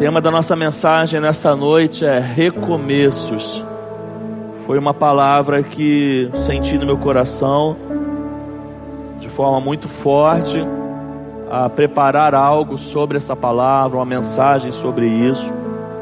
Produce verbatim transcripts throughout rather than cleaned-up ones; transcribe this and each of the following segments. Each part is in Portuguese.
tema da nossa mensagem nessa noite é recomeços. Foi uma palavra que senti no meu coração de forma muito forte, a preparar algo sobre essa palavra, uma mensagem sobre isso.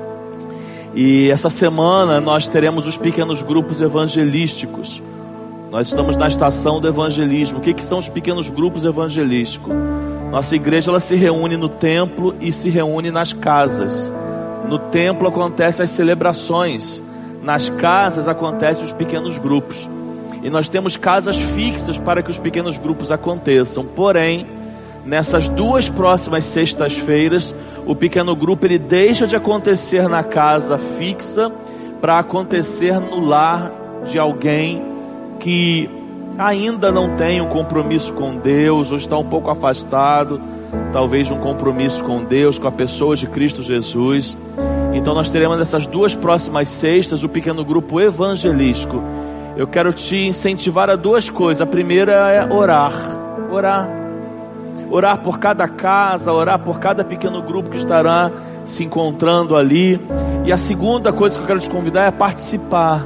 E essa semana nós teremos os pequenos grupos evangelísticos. Nós estamos na estação do evangelismo. O que, que são os pequenos grupos evangelísticos? Nossa igreja ela se reúne no templo e se reúne nas casas. No templo acontecem as celebrações, nas casas acontecem os pequenos grupos. E nós temos casas fixas para que os pequenos grupos aconteçam. Porém, nessas duas próximas sextas-feiras, o pequeno grupo ele deixa de acontecer na casa fixa para acontecer no lar de alguém que ainda não tem um compromisso com Deus, ou está um pouco afastado, talvez de um compromisso com Deus, com a pessoa de Cristo Jesus. Então nós teremos nessas duas próximas sextas o pequeno grupo evangelístico. Eu quero te incentivar a duas coisas. A primeira é orar, orar, orar por cada casa, orar por cada pequeno grupo que estará se encontrando ali. E a segunda coisa que eu quero te convidar é participar.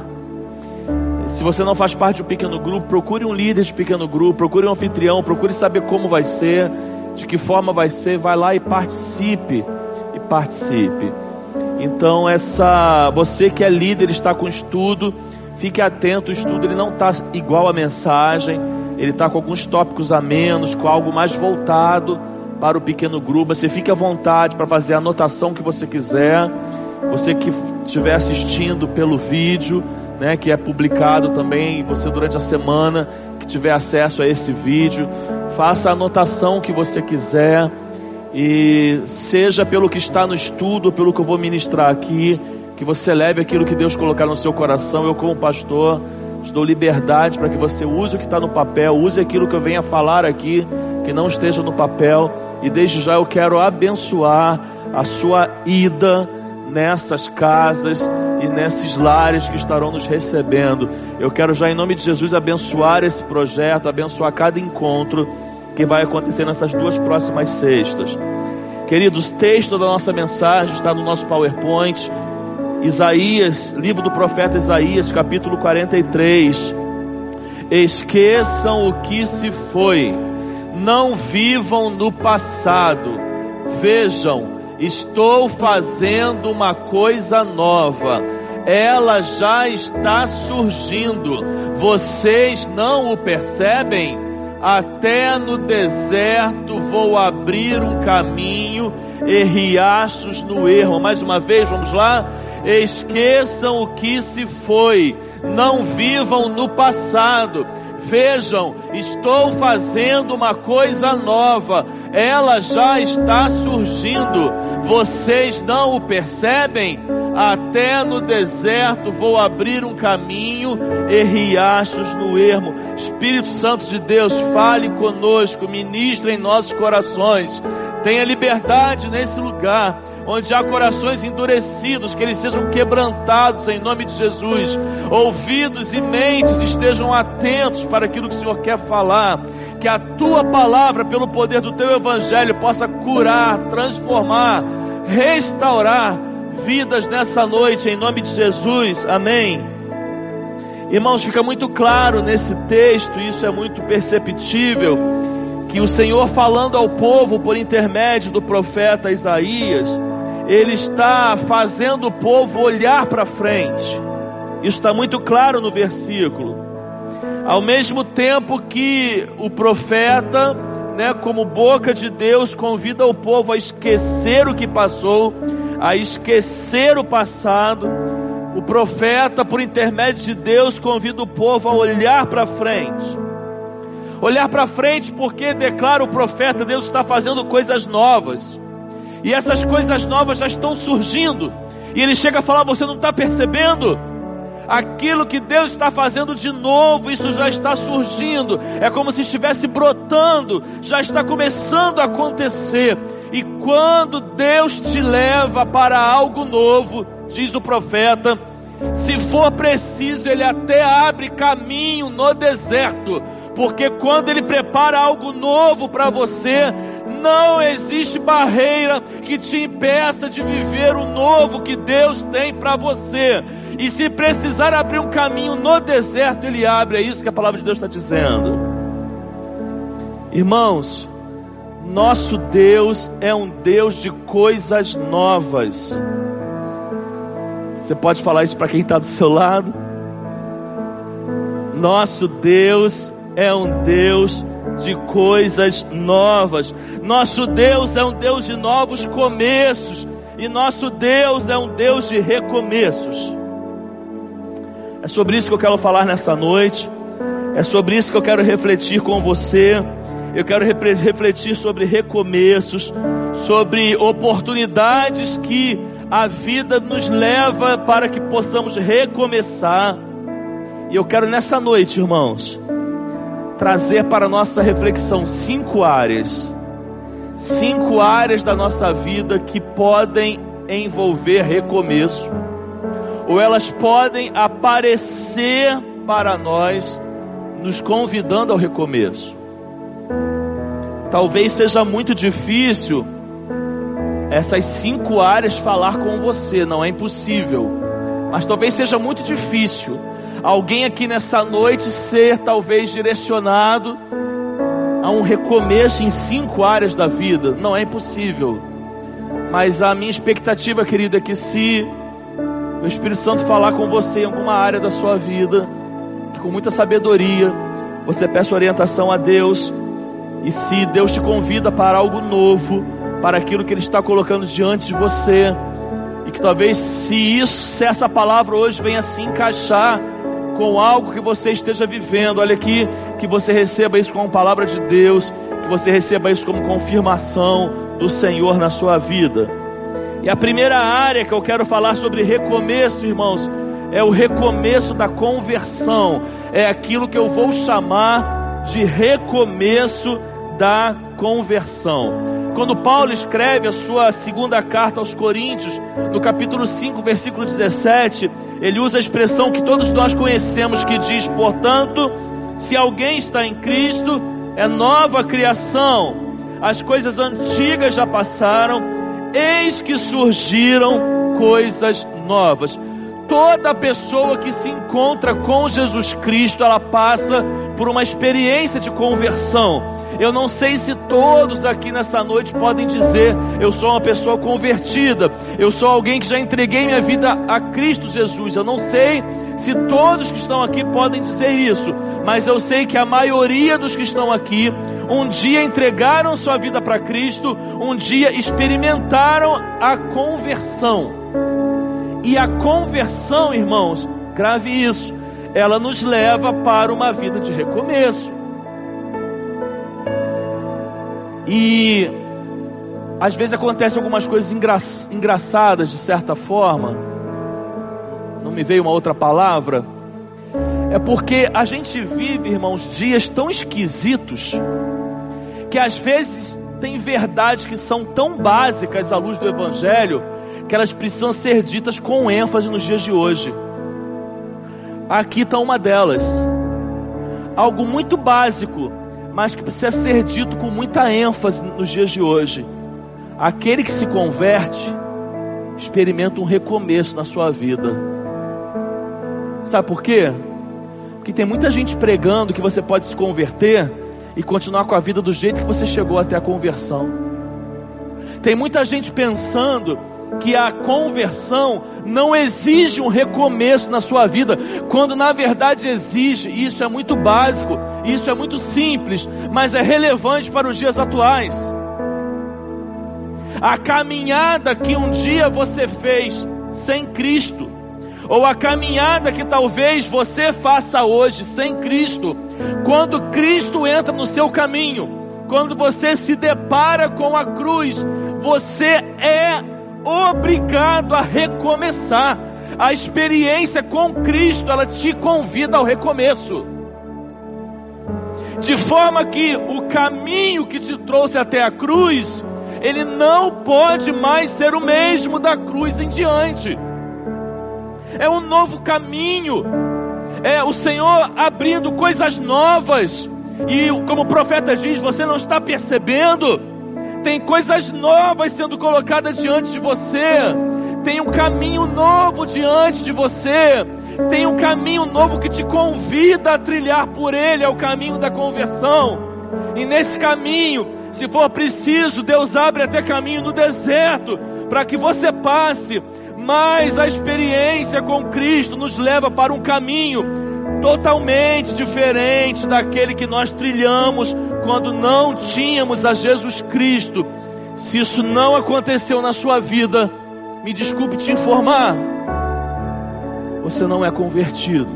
Se você não faz parte de um pequeno grupo, procure um líder de pequeno grupo, procure um anfitrião, procure saber como vai ser, de que forma vai ser, vai lá e participe, e participe. Então essa, você que é líder, está com estudo, fique atento, o estudo ele não está igual à mensagem, ele está com alguns tópicos a menos, com algo mais voltado para o pequeno grupo. Você fique à vontade para fazer a anotação que você quiser, você que estiver assistindo pelo vídeo, né, que é publicado também, você durante a semana que tiver acesso a esse vídeo, faça a anotação que você quiser, e seja pelo que está no estudo, pelo que eu vou ministrar aqui, que você leve aquilo que Deus colocar no seu coração. Eu como pastor te dou liberdade para que você use o que está no papel, use aquilo que eu venha falar aqui, que não esteja no papel. E desde já eu quero abençoar a sua ida nessas casas e nesses lares que estarão nos recebendo. Eu quero já em nome de Jesus abençoar esse projeto, abençoar cada encontro que vai acontecer nessas duas próximas sextas. Queridos, o texto da nossa mensagem está no nosso PowerPoint. Isaías, livro do profeta Isaías, capítulo quarenta e três. Esqueçam o que se foi, não vivam no passado. Vejam, estou fazendo uma coisa nova, ela já está surgindo, vocês não o percebem? Até no deserto vou abrir um caminho e riachos no ermo. Mais uma vez, vamos lá? Esqueçam o que se foi, não vivam no passado. Vejam, estou fazendo uma coisa nova, ela já está surgindo, vocês não o percebem? Até no deserto vou abrir um caminho e riachos no ermo. Espírito Santo de Deus, fale conosco, ministre em nossos corações. Tenha liberdade nesse lugar onde há corações endurecidos, que eles sejam quebrantados em nome de Jesus. Ouvidos e mentes estejam atentos para aquilo que o Senhor quer falar. Que a tua palavra, pelo poder do teu evangelho, possa curar, transformar, restaurar vidas nessa noite, em nome de Jesus, amém. Irmãos, fica muito claro nesse texto, isso é muito perceptível, que o Senhor falando ao povo por intermédio do profeta Isaías, Ele está fazendo o povo olhar para frente. Isso está muito claro no versículo. Ao mesmo tempo que o profeta, né, como boca de Deus, convida o povo a esquecer o que passou, a esquecer o passado, o profeta, por intermédio de Deus, convida o povo a olhar para frente. Olhar para frente porque, declara o profeta, Deus está fazendo coisas novas. E essas coisas novas já estão surgindo. E ele chega a falar, você não está percebendo? Aquilo que Deus está fazendo de novo, isso já está surgindo. É como se estivesse brotando, já está começando a acontecer. E quando Deus te leva para algo novo, diz o profeta, se for preciso, Ele até abre caminho no deserto, porque quando Ele prepara algo novo para você, não existe barreira que te impeça de viver o novo que Deus tem para você. E se precisar abrir um caminho no deserto, Ele abre. É isso que a palavra de Deus está dizendo. Irmãos, nosso Deus é um Deus de coisas novas. Você pode falar isso para quem está do seu lado? Nosso Deus é um Deus de coisas novas. Nosso Deus é um Deus de novos começos. E nosso Deus é um Deus de recomeços. É sobre isso que eu quero falar nessa noite. É sobre isso que eu quero refletir com você. Eu quero refletir sobre recomeços, sobre oportunidades que a vida nos leva para que possamos recomeçar. E eu quero nessa noite, irmãos, trazer para a nossa reflexão cinco áreas. Cinco áreas da nossa vida que podem envolver recomeço. Ou elas podem aparecer para nós, nos convidando ao recomeço. Talvez seja muito difícil essas cinco áreas falar com você, não é impossível, mas talvez seja muito difícil alguém aqui nessa noite ser talvez direcionado a um recomeço em cinco áreas da vida. Não é impossível, mas a minha expectativa, querido, é que se o Espírito Santo falar com você em alguma área da sua vida, que com muita sabedoria você peça orientação a Deus. E se Deus te convida para algo novo, para aquilo que Ele está colocando diante de você, e que talvez se isso, se essa palavra hoje venha se encaixar com algo que você esteja vivendo, olha aqui, que você receba isso como palavra de Deus, que você receba isso como confirmação do Senhor na sua vida. E a primeira área que eu quero falar sobre recomeço, irmãos, é o recomeço da conversão. É aquilo que eu vou chamar de recomeço da conversão. Quando Paulo escreve a sua segunda carta aos Coríntios, no capítulo cinco, versículo dezessete, ele usa a expressão que todos nós conhecemos, que diz: portanto, se alguém está em Cristo, é nova criação, as coisas antigas já passaram, eis que surgiram coisas novas. Toda pessoa que se encontra com Jesus Cristo, ela passa por uma experiência de conversão. Eu não sei se todos aqui nessa noite podem dizer: eu sou uma pessoa convertida, eu sou alguém que já entreguei minha vida a Cristo Jesus. Eu não sei se todos que estão aqui podem dizer isso, mas eu sei que a maioria dos que estão aqui um dia entregaram sua vida para Cristo, um dia experimentaram a conversão. E a conversão, irmãos, grave isso, ela nos leva para uma vida de recomeço. E às vezes acontecem algumas coisas engra engraçadas de certa forma. Não me veio uma outra palavra. É porque a gente vive, irmãos, dias tão esquisitos, que às vezes tem verdades que são tão básicas à luz do Evangelho, que elas precisam ser ditas com ênfase nos dias de hoje. Aqui está uma delas. Algo muito básico, mas que precisa ser dito com muita ênfase nos dias de hoje. Aquele que se converte experimenta um recomeço na sua vida. Sabe por quê? Porque tem muita gente pregando que você pode se converter e continuar com a vida do jeito que você chegou até a conversão. Tem muita gente pensando que a conversão não exige um recomeço na sua vida, quando na verdade exige. Isso é muito básico, isso é muito simples, mas é relevante para os dias atuais. A caminhada que um dia você fez sem Cristo, ou a caminhada que talvez você faça hoje sem Cristo, quando Cristo entra no seu caminho, quando você se depara com a cruz, você é obrigado a recomeçar. A experiência com Cristo, ela te convida ao recomeço, de forma que o caminho que te trouxe até a cruz, ele não pode mais ser o mesmo da cruz em diante. É um novo caminho, é o Senhor abrindo coisas novas, E como o profeta diz, você não está percebendo? Tem coisas novas sendo colocadas diante de você. Tem um caminho novo diante de você. Tem um caminho novo que te convida a trilhar por ele. É o caminho da conversão. E nesse caminho, se for preciso, Deus abre até caminho no deserto para que você passe. Mas a experiência com Cristo nos leva para um caminho totalmente diferente daquele que nós trilhamos quando não tínhamos a Jesus Cristo. Se isso não aconteceu na sua vida, me desculpe te informar, você não é convertido.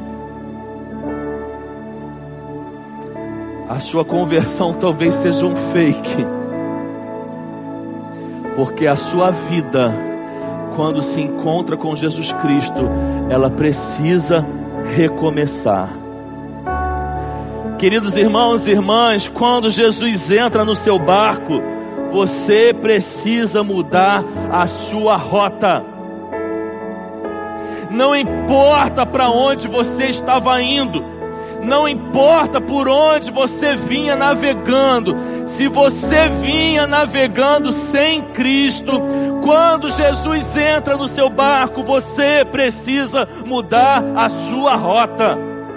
A sua conversão talvez seja um fake, porque a sua vida, quando se encontra com Jesus Cristo, ela precisa recomeçar. Queridos irmãos e irmãs, quando Jesus entra no seu barco, você precisa mudar a sua rota. Não importa para onde você estava indo, não importa por onde você vinha navegando. Se você vinha navegando sem Cristo, quando Jesus entra no seu barco, você precisa mudar a sua rota.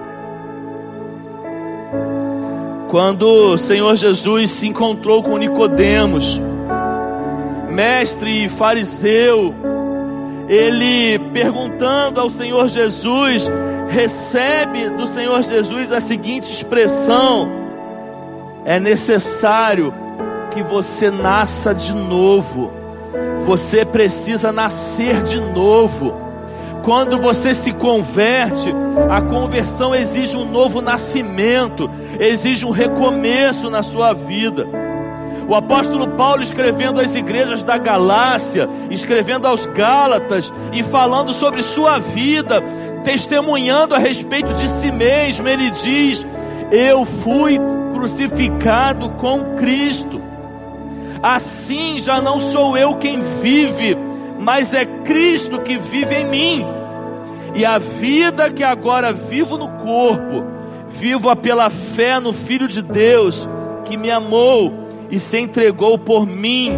Quando o Senhor Jesus se encontrou com Nicodemos, mestre e fariseu, ele, perguntando ao Senhor Jesus, recebe do Senhor Jesus a seguinte expressão: é necessário que você nasça de novo. Você precisa nascer de novo. Quando você se converte, a conversão exige um novo nascimento, exige um recomeço na sua vida. O apóstolo Paulo, escrevendo às igrejas da Galácia, escrevendo aos Gálatas e falando sobre sua vida, testemunhando a respeito de si mesmo, ele diz: eu fui crucificado com Cristo. Assim já não sou eu quem vive, mas é Cristo que vive em mim. E a vida que agora vivo no corpo, vivo-a pela fé no Filho de Deus, que me amou e se entregou por mim.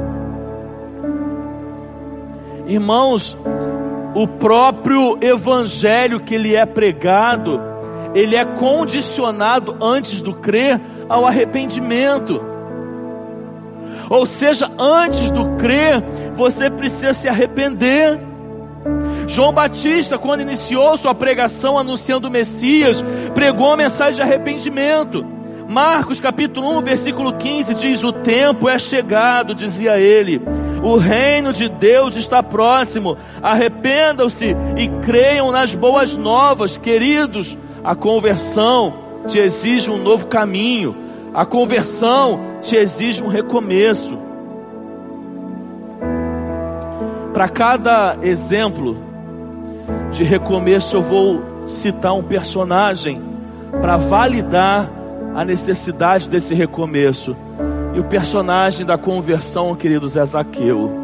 Irmãos, o próprio evangelho que ele é pregado, ele é condicionado antes do crer ao arrependimento. Ou seja, antes do crer, você precisa se arrepender. João Batista, quando iniciou sua pregação anunciando o Messias, pregou uma mensagem de arrependimento. Marcos capítulo um, versículo quinze diz: o tempo é chegado, dizia ele, o reino de Deus está próximo, arrependam-se e creiam nas boas novas. Queridos, a conversão te exige um novo caminho, a conversão te exige um recomeço. Para cada exemplo de recomeço, eu vou citar um personagem para validar a necessidade desse recomeço. E o personagem da conversão, queridos, é Zaqueu.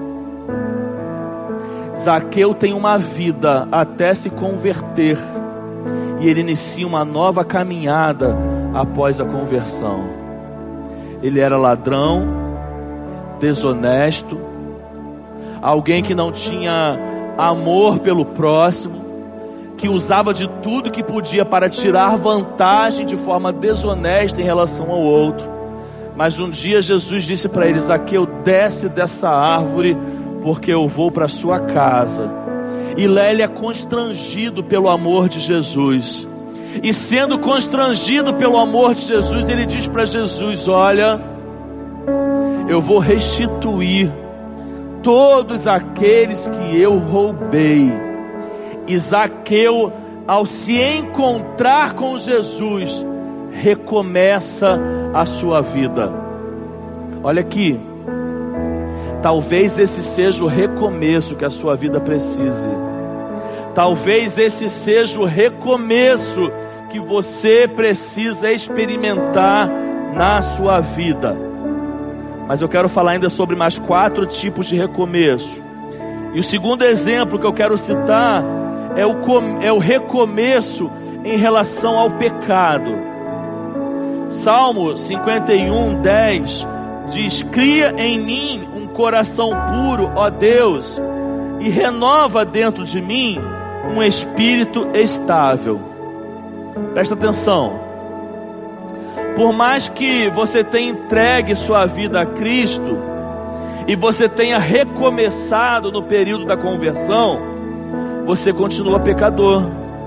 Zaqueu tem uma vida até se converter, e ele inicia uma nova caminhada após a conversão. Ele era ladrão, desonesto, alguém que não tinha amor pelo próximo, que usava de tudo que podia para tirar vantagem de forma desonesta em relação ao outro. Mas um dia Jesus disse para ele: Zaqueu, desce dessa árvore, porque eu vou para a sua casa. E lá ele é constrangido pelo amor de Jesus. E sendo constrangido pelo amor de Jesus, ele diz para Jesus: olha, eu vou restituir todos aqueles que eu roubei. E Zaqueu, ao se encontrar com Jesus, recomeça a sua vida. Olha aqui, talvez esse seja o recomeço que a sua vida precise. Talvez esse seja o recomeço que você precisa experimentar na sua vida. Mas eu quero falar ainda sobre mais quatro tipos de recomeço. E o segundo exemplo que eu quero citar é o, com, é o recomeço em relação ao pecado. Salmo cinquenta e um, dez diz: cria em mim um coração puro, ó Deus, e renova dentro de mim um espírito estável. Presta atenção. Por mais que você tenha entregue sua vida a Cristo e você tenha recomeçado no período da conversão, você continua pecador.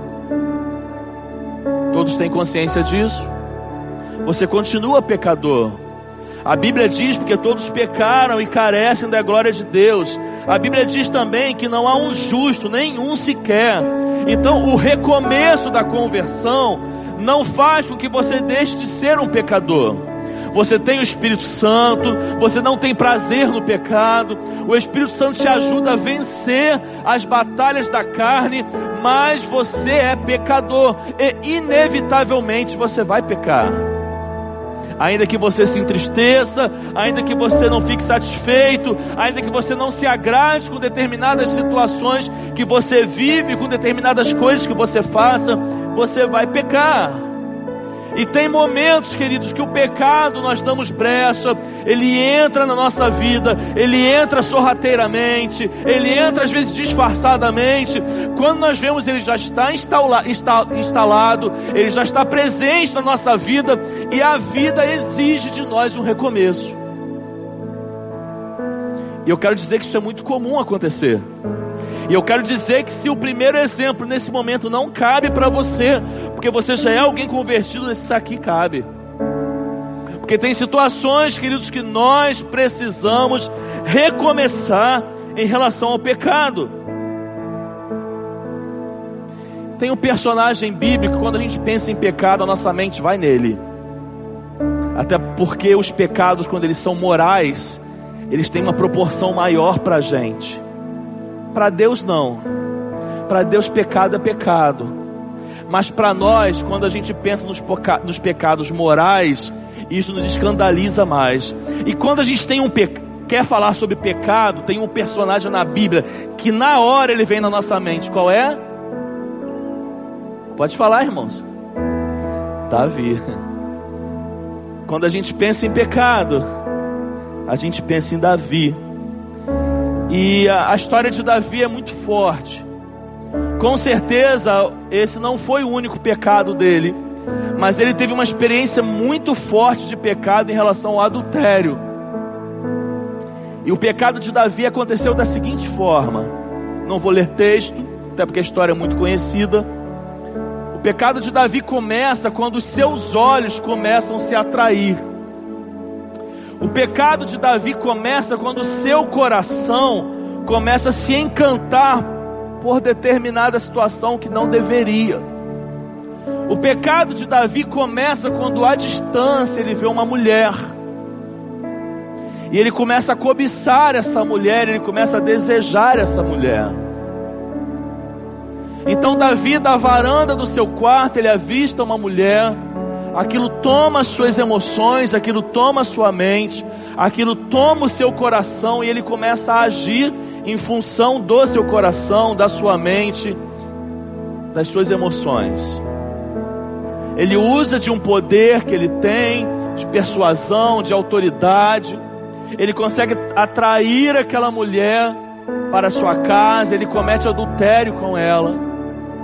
Todos têm consciência disso? Você continua pecador. A Bíblia diz porque todos pecaram e carecem da glória de Deus. A Bíblia diz também que não há um justo, nenhum sequer. Então o recomeço da conversão não faz com que você deixe de ser um pecador. Você tem o Espírito Santo, você não tem prazer no pecado. O Espírito Santo te ajuda a vencer as batalhas da carne, mas você é pecador e inevitavelmente você vai pecar. Ainda que você se entristeça, ainda que você não fique satisfeito, ainda que você não se agrade com determinadas situações que você vive, com determinadas coisas que você faça, você vai pecar. E tem momentos, queridos, que o pecado nós damos brecha, ele entra na nossa vida, ele entra sorrateiramente, ele entra às vezes disfarçadamente. Quando nós vemos, ele já está instala, insta, instalado, ele já está presente na nossa vida, e a vida exige de nós um recomeço. E eu quero dizer que isso é muito comum acontecer. E eu quero dizer que se o primeiro exemplo nesse momento não cabe para você, porque você já é alguém convertido, esse aqui cabe. Porque tem situações, queridos, que nós precisamos recomeçar em relação ao pecado. Tem um personagem bíblico, quando a gente pensa em pecado, a nossa mente vai nele. Até porque os pecados, quando eles são morais, eles têm uma proporção maior para a gente. Para Deus não. Para Deus pecado é pecado. Mas para nós, quando a gente pensa nos, poca- nos pecados morais, isso nos escandaliza mais. E quando a gente tem um pe- quer falar sobre pecado, tem um personagem na Bíblia que na hora ele vem na nossa mente. Qual é? Pode falar, irmãos. Davi. Quando a gente pensa em pecado, a gente pensa em Davi. E a, a história de Davi é muito forte. Com certeza esse não foi o único pecado dele, mas ele teve uma experiência muito forte de pecado em relação ao adultério. E o pecado de Davi aconteceu da seguinte forma. Não vou ler texto, até porque a história é muito conhecida. O pecado de Davi começa quando os seus olhos começam a se atrair. O pecado de Davi começa quando o seu coração começa a se encantar por determinada situação que não deveria. O pecado de Davi começa quando à distância ele vê uma mulher. E ele começa a cobiçar essa mulher, ele começa a desejar essa mulher. Então Davi, da varanda do seu quarto, ele avista uma mulher. Aquilo toma as suas emoções, aquilo toma a sua mente, aquilo toma o seu coração, e ele começa a agir em função do seu coração, da sua mente, das suas emoções. Ele usa de um poder que ele tem, de persuasão, de autoridade. Ele consegue atrair aquela mulher para a sua casa, ele comete adultério com ela.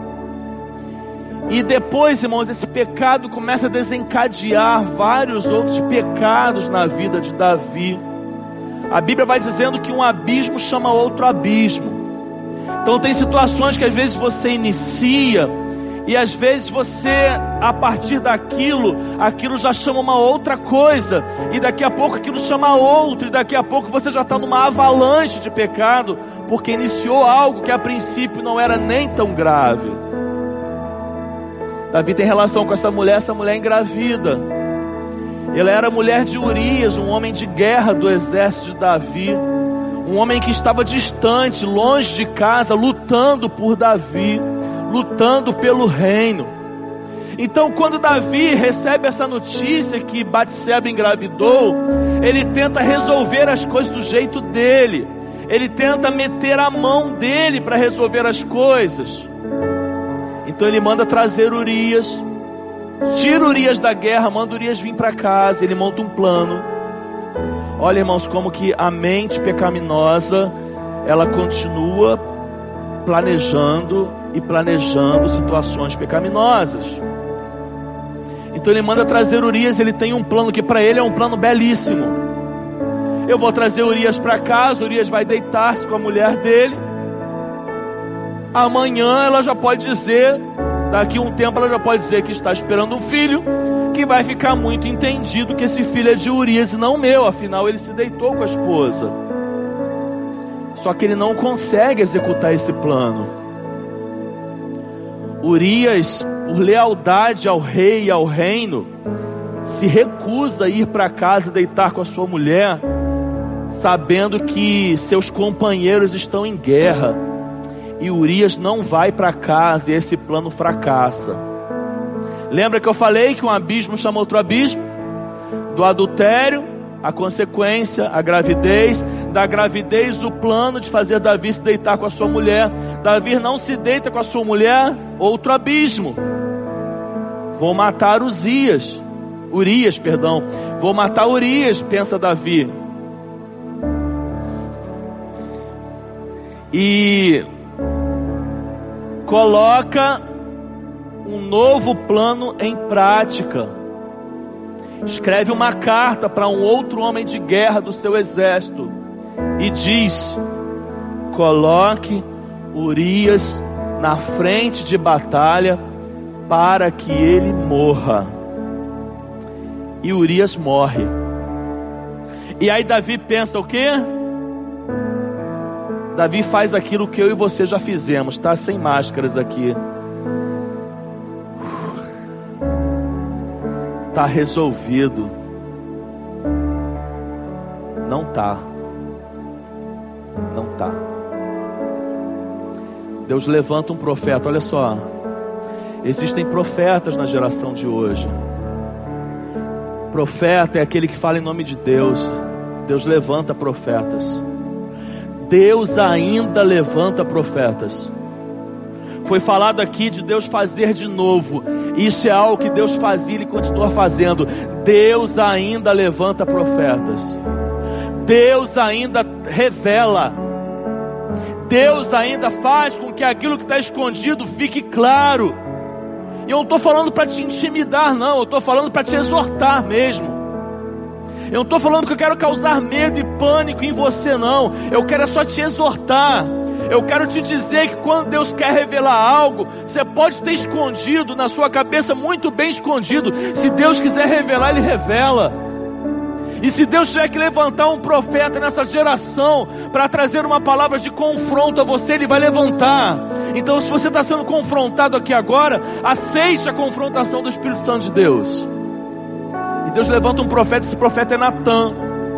E depois, irmãos, esse pecado começa a desencadear vários outros pecados na vida de Davi. A Bíblia vai dizendo que um abismo chama outro abismo. Então tem situações que às vezes você inicia, e às vezes você, a partir daquilo, aquilo já chama uma outra coisa, e daqui a pouco aquilo chama outra, e daqui a pouco você já está numa avalanche de pecado, porque iniciou algo que a princípio não era nem tão grave. Davi tem relação com essa mulher, essa mulher engravida. Ela era mulher de Urias, um homem de guerra do exército de Davi, um homem que estava distante, longe de casa, lutando por Davi, lutando pelo reino. Então quando Davi recebe essa notícia que Batseba engravidou, ele tenta resolver as coisas do jeito dele, ele tenta meter a mão dele para resolver as coisas. Então ele manda trazer Urias. tira Urias da guerra, manda Urias vir para casa, ele monta um plano. Olha, irmãos, como que a mente pecaminosa, ela continua planejando e planejando situações pecaminosas. Então ele manda trazer Urias, ele tem um plano que para ele é um plano belíssimo. Eu vou trazer Urias para casa, Urias vai deitar-se com a mulher dele. Amanhã ela já pode dizer, daqui a um tempo ela já pode dizer que está esperando um filho, que vai ficar muito entendido que esse filho é de Urias e não meu, afinal ele se deitou com a esposa. Só que ele não consegue executar esse plano. Urias, por lealdade ao rei e ao reino, se recusa a ir para casa deitar com a sua mulher, sabendo que seus companheiros estão em guerra. E Urias não vai para casa e esse plano fracassa. Lembra que eu falei que um abismo chama outro abismo? Do adultério, a consequência, a gravidez. Da gravidez, o plano de fazer Davi se deitar com a sua mulher. Davi não se deita com a sua mulher, outro abismo. Vou matar Uzias, Urias, perdão. Vou matar Urias, pensa Davi. E coloca um novo plano em prática. Escreve uma carta para um outro homem de guerra do seu exército e diz: coloque Urias na frente de batalha para que ele morra. E Urias morre. E aí Davi pensa o quê? Davi faz aquilo que eu e você já fizemos, tá? Sem máscaras aqui. Tá resolvido. Não tá. Não tá. Deus levanta um profeta. Olha só, existem profetas na geração de hoje. Profeta é aquele que fala em nome de Deus. Deus levanta profetas. Deus ainda levanta profetas. Foi falado aqui de Deus fazer de novo. Isso é algo que Deus fazia e Ele continua fazendo. Deus ainda levanta profetas. Deus ainda revela. Deus ainda faz com que aquilo que está escondido fique claro. E eu não estou falando para te intimidar, não. Eu estou falando para te exortar mesmo. Eu não estou falando que eu quero causar medo e pânico em você, não. Eu quero é só te exortar. Eu quero te dizer que quando Deus quer revelar algo, você pode ter escondido na sua cabeça, muito bem escondido. Se Deus quiser revelar, Ele revela. E se Deus tiver que levantar um profeta nessa geração para trazer uma palavra de confronto a você, Ele vai levantar. Então, se você está sendo confrontado aqui agora, aceite a confrontação do Espírito Santo de Deus. E Deus levanta um profeta, esse profeta é Natã.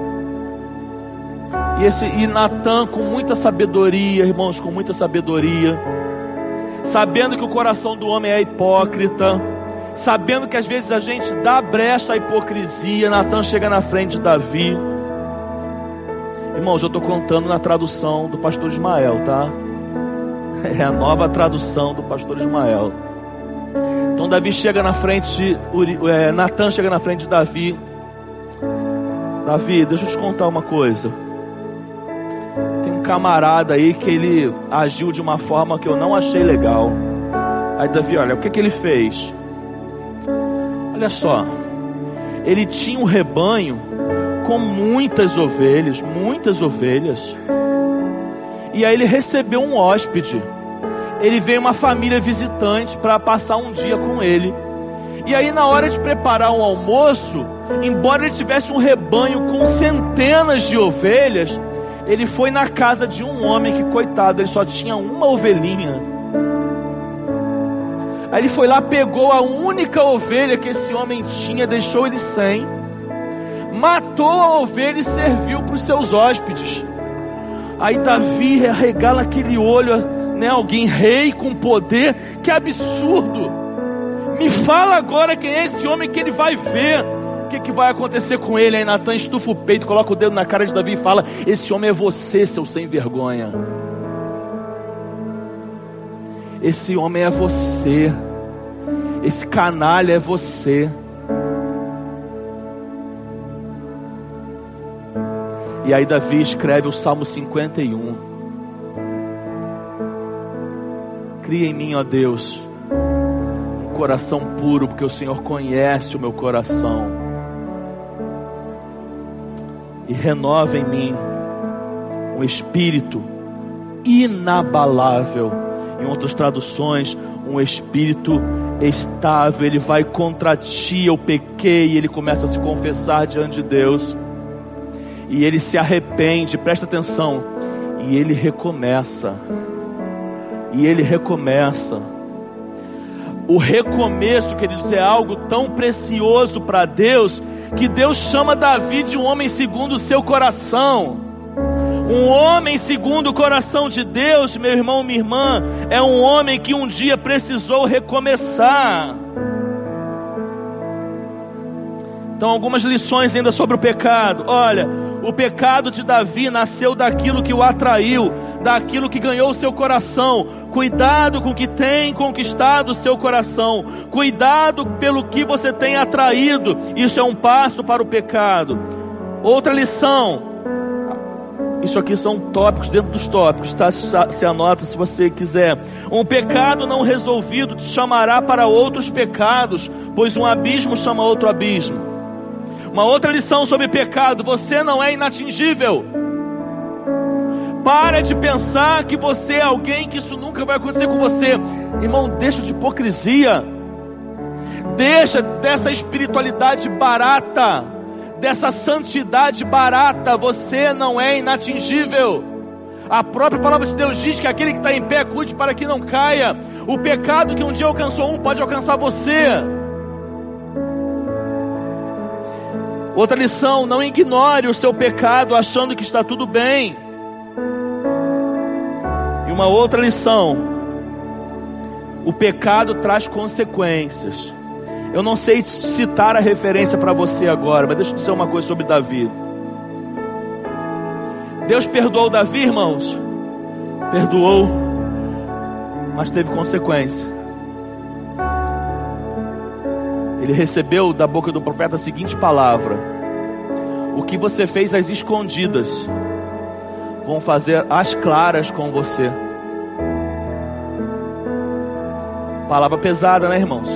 E, esse, e Natã, com muita sabedoria, irmãos, com muita sabedoria, sabendo que o coração do homem é hipócrita, sabendo que às vezes a gente dá brecha à hipocrisia, Natã chega na frente de Davi. Irmãos, eu estou contando na tradução do pastor Ismael, tá? É a nova tradução do pastor Ismael. Então Davi chega na frente de é, Natã chega na frente de Davi. Davi, deixa eu te contar uma coisa. Tem um camarada aí que ele agiu de uma forma que eu não achei legal. Aí Davi, olha, o que que ele fez? Olha só, ele tinha um rebanho com muitas ovelhas, muitas ovelhas. E aí ele recebeu um hóspede. Ele veio uma família visitante para passar um dia com ele. E aí na hora de preparar um almoço, embora ele tivesse um rebanho com centenas de ovelhas, ele foi na casa de um homem que, coitado, ele só tinha uma ovelhinha. Aí ele foi lá, pegou a única ovelha que esse homem tinha, deixou ele sem, matou a ovelha e serviu para os seus hóspedes. Aí Davi arregala aquele olho, né? Alguém rei com poder, que absurdo. Me fala agora quem é esse homem, que ele vai ver o que, que vai acontecer com ele. Aí Natã estufa o peito, coloca o dedo na cara de Davi e fala: esse homem é você, seu sem vergonha. Esse homem é você. Esse canalha é você. E aí Davi escreve o Salmo cinquenta e um. Cria em mim, ó Deus, um coração puro, porque o Senhor conhece o meu coração. E renova em mim um espírito inabalável. Em outras traduções, um espírito estável. Ele vai contra ti, eu pequei. Ele começa a se confessar diante de Deus. E ele se arrepende, presta atenção. E ele recomeça. E ele recomeça. O recomeço, queridos, é algo tão precioso para Deus, que Deus chama Davi de um homem segundo o seu coração. Um homem segundo o coração de Deus, meu irmão, minha irmã, é um homem que um dia precisou recomeçar. Então, algumas lições ainda sobre o pecado. Olha, o pecado de Davi nasceu daquilo que o atraiu, daquilo que ganhou o seu coração. Cuidado com o que tem conquistado o seu coração. Cuidado pelo que você tem atraído. Isso é um passo para o pecado. Outra lição. Isso aqui são tópicos dentro dos tópicos, tá? Se anota se você quiser. Um pecado não resolvido te chamará para outros pecados, pois um abismo chama outro abismo. Uma outra lição sobre pecado: você não é inatingível. Para de pensar que você é alguém, que isso nunca vai acontecer com você. Irmão, deixa de hipocrisia. Deixa dessa espiritualidade barata, dessa santidade barata. Você não é inatingível. A própria palavra de Deus diz que aquele que está em pé, cuide para que não caia. O pecado que um dia alcançou um, pode alcançar você. Outra lição: não ignore o seu pecado achando que está tudo bem. E uma outra lição: o pecado traz consequências. Eu não sei citar a referência para você agora, mas deixa eu dizer uma coisa sobre Davi. Deus perdoou Davi, irmãos? Perdoou, mas teve consequência. Ele recebeu da boca do profeta a seguinte palavra: o que você fez às escondidas, vão fazer às claras com você. Palavra pesada, né, irmãos?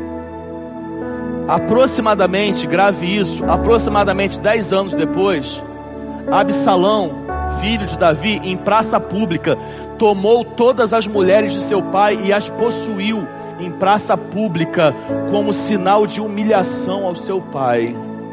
Aproximadamente, grave isso, aproximadamente dez anos depois, Absalão, filho de Davi, em praça pública, tomou todas as mulheres de seu pai e as possuiu em praça pública, como sinal de humilhação ao seu pai.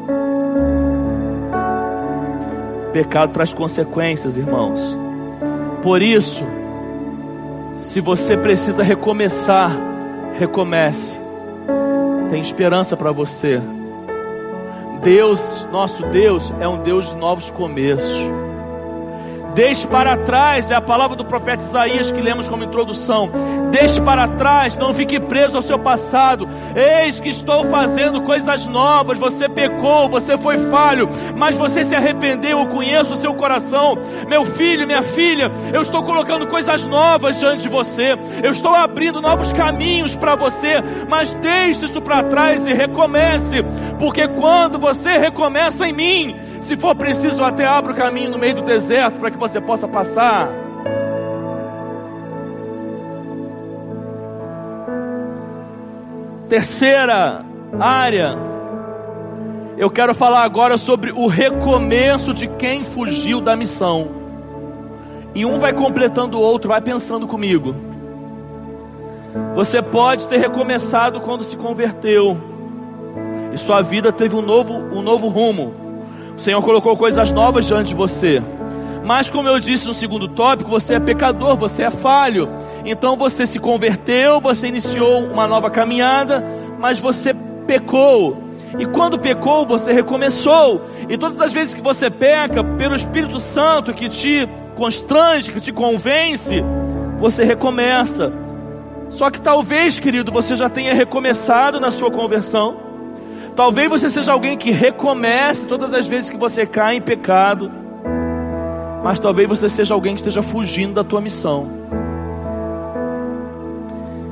O pecado traz consequências, irmãos. Por isso, se você precisa recomeçar, recomece. Tem esperança para você. Deus, nosso Deus, é um Deus de novos começos. Deixe para trás, é a palavra do profeta Isaías que lemos como introdução. Deixe para trás, não fique preso ao seu passado. Eis que estou fazendo coisas novas. Você pecou, você foi falho, mas você se arrependeu. Eu conheço o seu coração. Meu filho, minha filha, eu estou colocando coisas novas diante de você. Eu estou abrindo novos caminhos para você. Mas deixe isso para trás e recomece. Porque quando você recomeça em mim, se for preciso, eu até abro o caminho no meio do deserto para que você possa passar. Terceira área, eu quero falar agora sobre o recomeço de quem fugiu da missão. E um vai completando o outro, vai pensando comigo. Você pode ter recomeçado quando se converteu, e sua vida teve um novo, um novo rumo. O Senhor colocou coisas novas diante de você. Mas como eu disse no segundo tópico, você é pecador, você é falho. Então você se converteu, você iniciou uma nova caminhada, mas você pecou. E quando pecou, você recomeçou. E todas as vezes que você peca, pelo Espírito Santo que te constrange, que te convence, você recomeça. Só que talvez, querido, você já tenha recomeçado na sua conversão. Talvez você seja alguém que recomece todas as vezes que você cai em pecado. Mas talvez você seja alguém que esteja fugindo da tua missão.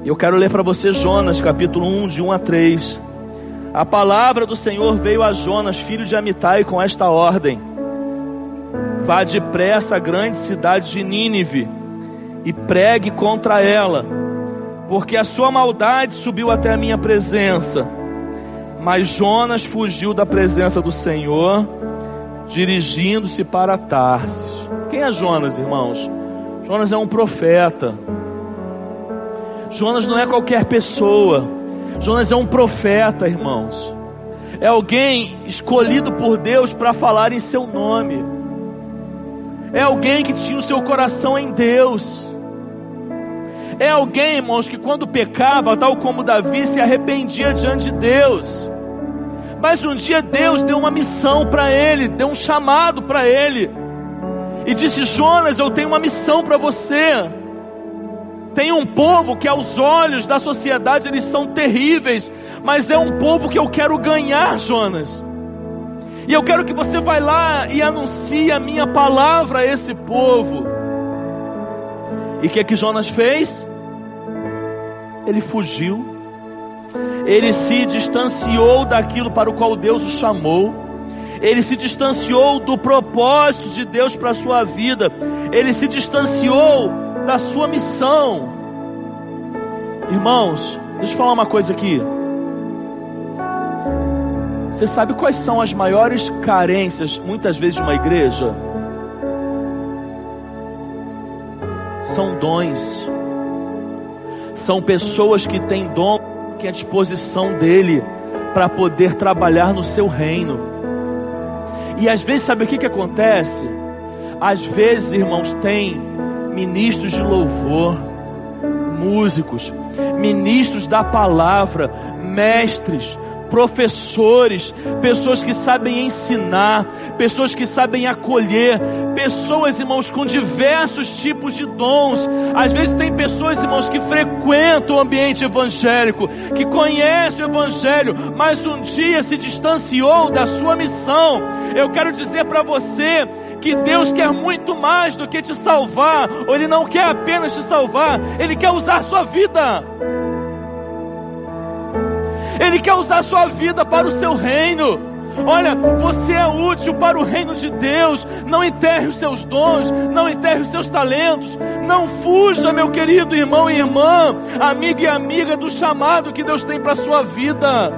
Eu quero ler para você Jonas, capítulo um, de um a três. A palavra do Senhor veio a Jonas, filho de Amitai, com esta ordem: vá depressa à grande cidade de Nínive e pregue contra ela, porque a sua maldade subiu até a minha presença. Mas Jonas fugiu da presença do Senhor, dirigindo-se para Tarsis. Quem é Jonas, irmãos? Jonas é um profeta. Jonas não é qualquer pessoa. Jonas é um profeta, irmãos. É alguém escolhido por Deus para falar em seu nome. É alguém que tinha o seu coração em Deus. É alguém, irmãos, que quando pecava, tal como Davi, se arrependia diante de Deus. Mas um dia Deus deu uma missão para ele, deu um chamado para ele, e disse: Jonas, eu tenho uma missão para você. Tem um povo que aos olhos da sociedade eles são terríveis, mas é um povo que eu quero ganhar, Jonas. E eu quero que você vá lá e anuncie a minha palavra a esse povo. E o que é que Jonas fez? Ele fugiu. Ele se distanciou daquilo para o qual Deus o chamou. Ele se distanciou do propósito de Deus para a sua vida. Ele se distanciou da sua missão. Irmãos, deixa eu falar uma coisa aqui. Você sabe quais são as maiores carências, muitas vezes, de uma igreja? São dons. São pessoas que têm dom, que é à disposição dele para poder trabalhar no seu reino. E às vezes, sabe o que que acontece? Às vezes, irmãos, tem ministros de louvor, músicos, ministros da palavra, mestres, professores, pessoas que sabem ensinar, pessoas que sabem acolher, pessoas, irmãos, com diversos tipos de dons. Às vezes tem pessoas, irmãos, que frequentam o ambiente evangélico, que conhecem o evangelho, mas um dia se distanciou da sua missão. Eu quero dizer para você que Deus quer muito mais do que te salvar, ou Ele não quer apenas te salvar, Ele quer usar a sua vida. Ele quer usar a sua vida para o seu reino. Olha, você é útil para o reino de Deus. Não enterre os seus dons, não enterre os seus talentos. Não fuja, meu querido irmão e irmã, amigo e amiga, do chamado que Deus tem para a sua vida.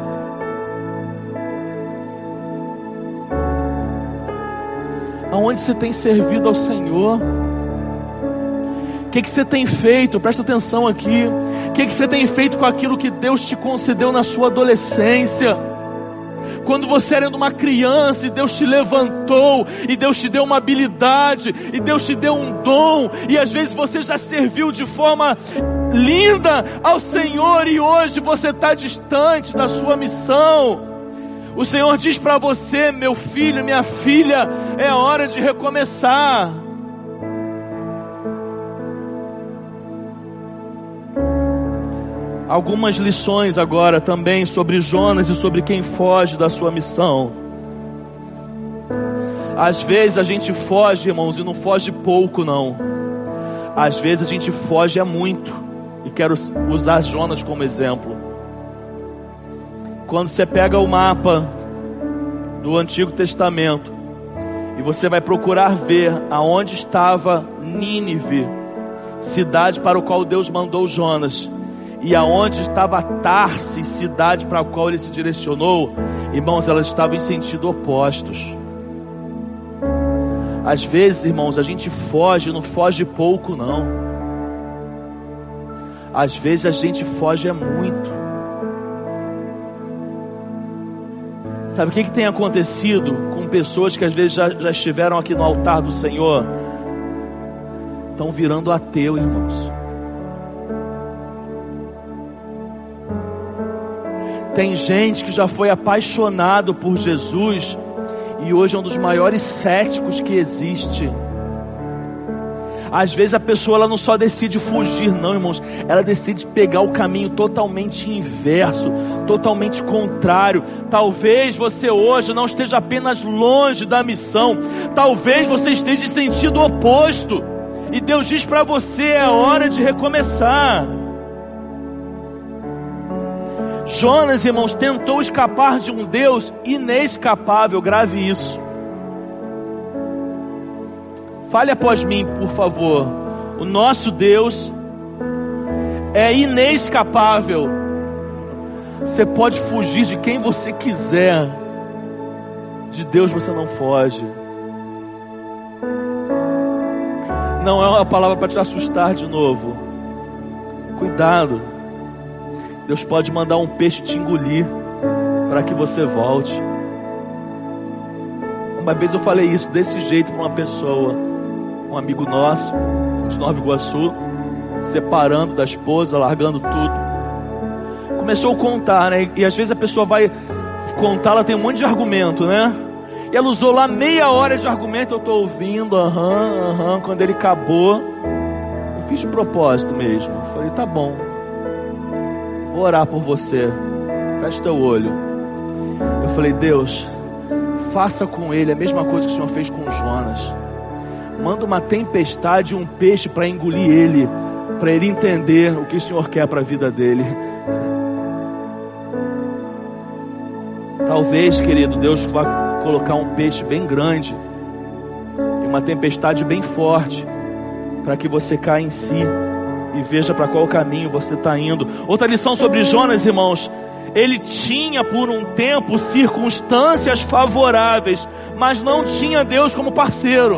Aonde você tem servido ao Senhor? O que, que você tem feito? Presta atenção aqui. O que, que você tem feito com aquilo que Deus te concedeu na sua adolescência? Quando você era uma criança e Deus te levantou, e Deus te deu uma habilidade, e Deus te deu um dom, e às vezes você já serviu de forma linda ao Senhor, e hoje você está distante da sua missão. O Senhor diz para você: meu filho, minha filha, é hora de recomeçar. Algumas lições agora também sobre Jonas e sobre quem foge da sua missão. Às vezes a gente foge, irmãos, e não foge pouco não. Às vezes a gente foge é muito. E quero usar Jonas como exemplo. Quando você pega o mapa do Antigo Testamento e você vai procurar ver aonde estava Nínive, cidade para o qual Deus mandou Jonas, e aonde estava Tarsis, cidade para a qual ele se direcionou, irmãos, elas estavam em sentido opostos. Às vezes, irmãos, a gente foge, não foge pouco não. Às vezes a gente foge é muito. Sabe o que, que tem acontecido com pessoas que às vezes já, já estiveram aqui no altar do Senhor? Estão virando ateu, irmãos. Tem gente que já foi apaixonado por Jesus e hoje é um dos maiores céticos que existe. Às vezes a pessoa ela não só decide fugir não, irmãos, ela decide pegar o caminho totalmente inverso, totalmente contrário. Talvez você hoje não esteja apenas longe da missão, talvez você esteja em sentido oposto, e Deus diz para você: é hora de recomeçar. Jonas, irmãos, tentou escapar de um Deus inescapável. Grave isso. Fale após mim, por favor. O nosso Deus é inescapável. Você pode fugir de quem você quiser, de Deus você não foge. Não é uma palavra para te assustar de novo. Cuidado. Deus pode mandar um peixe te engolir para que você volte. Uma vez eu falei isso desse jeito para uma pessoa, um amigo nosso de Nova Iguaçu, separando da esposa, largando tudo. Começou a contar, né? E às vezes a pessoa vai contar, ela tem um monte de argumento, né? E ela usou lá meia hora de argumento, eu estou ouvindo, aham, aham. Quando ele acabou, eu fiz de propósito mesmo. Eu falei, tá bom, vou orar por você, fecha teu olho. Eu falei, Deus, faça com ele a mesma coisa que o Senhor fez com Jonas. Manda uma tempestade e um peixe para engolir ele, para ele entender o que o Senhor quer para a vida dele. Talvez, querido, Deus vá colocar um peixe bem grande e uma tempestade bem forte, para que você caia em si e veja para qual caminho você está indo. Outra lição sobre Jonas, irmãos: ele tinha por um tempo circunstâncias favoráveis, mas não tinha Deus como parceiro.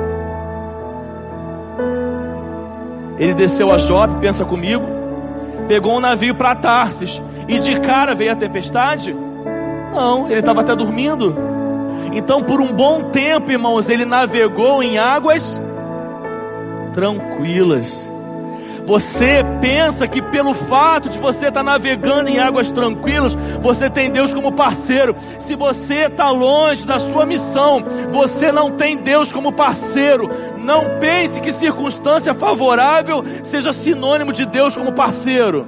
Ele desceu a Jope, pensa comigo, pegou um navio para Tarsis, e de cara veio a tempestade? Não, ele estava até dormindo. Então por um bom tempo, irmãos, ele navegou em águas tranquilas. Você pensa que pelo fato de você estar navegando em águas tranquilas, você tem Deus como parceiro. Se você está longe da sua missão, você não tem Deus como parceiro. Não pense que circunstância favorável seja sinônimo de Deus como parceiro.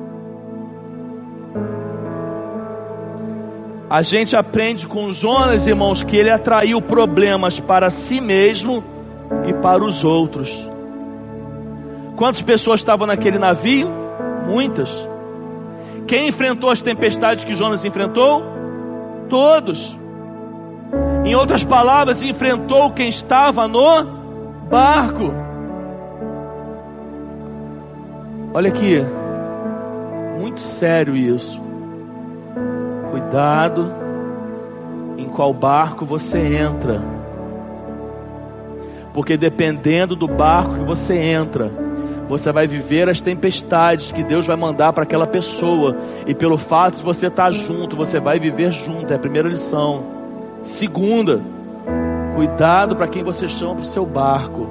A gente aprende com Jonas, irmãos, que ele atraiu problemas para si mesmo e para os outros. Quantas pessoas estavam naquele navio? Muitas. Quem enfrentou as tempestades que Jonas enfrentou? Todos. Em outras palavras, enfrentou quem estava no barco. Olha aqui, muito sério isso. Cuidado em qual barco você entra, porque dependendo do barco que você entra, você vai viver as tempestades que Deus vai mandar para aquela pessoa. E pelo fato de você estar junto, você vai viver junto. É a primeira lição. Segunda, cuidado para quem você chama para o seu barco.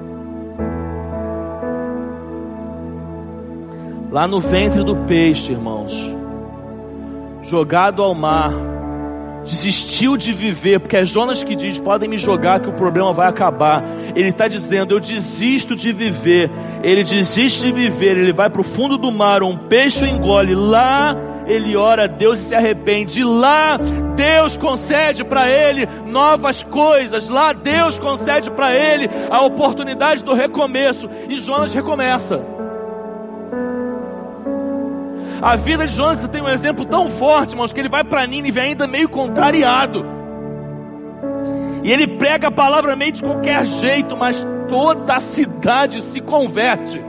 Lá no ventre do peixe, irmãos, jogado ao mar, desistiu de viver, porque é Jonas que diz: podem me jogar que o problema vai acabar. Ele está dizendo: eu desisto de viver. Ele desiste de viver, ele vai para o fundo do mar, um peixe o engole. Lá ele ora a Deus e se arrepende. Lá Deus concede para ele novas coisas. Lá Deus concede para ele a oportunidade do recomeço. E Jonas recomeça. A vida de Jonas tem um exemplo tão forte, irmãos, que ele vai para Nínive ainda meio contrariado. E ele prega a palavra meio de qualquer jeito, mas toda a cidade se converte.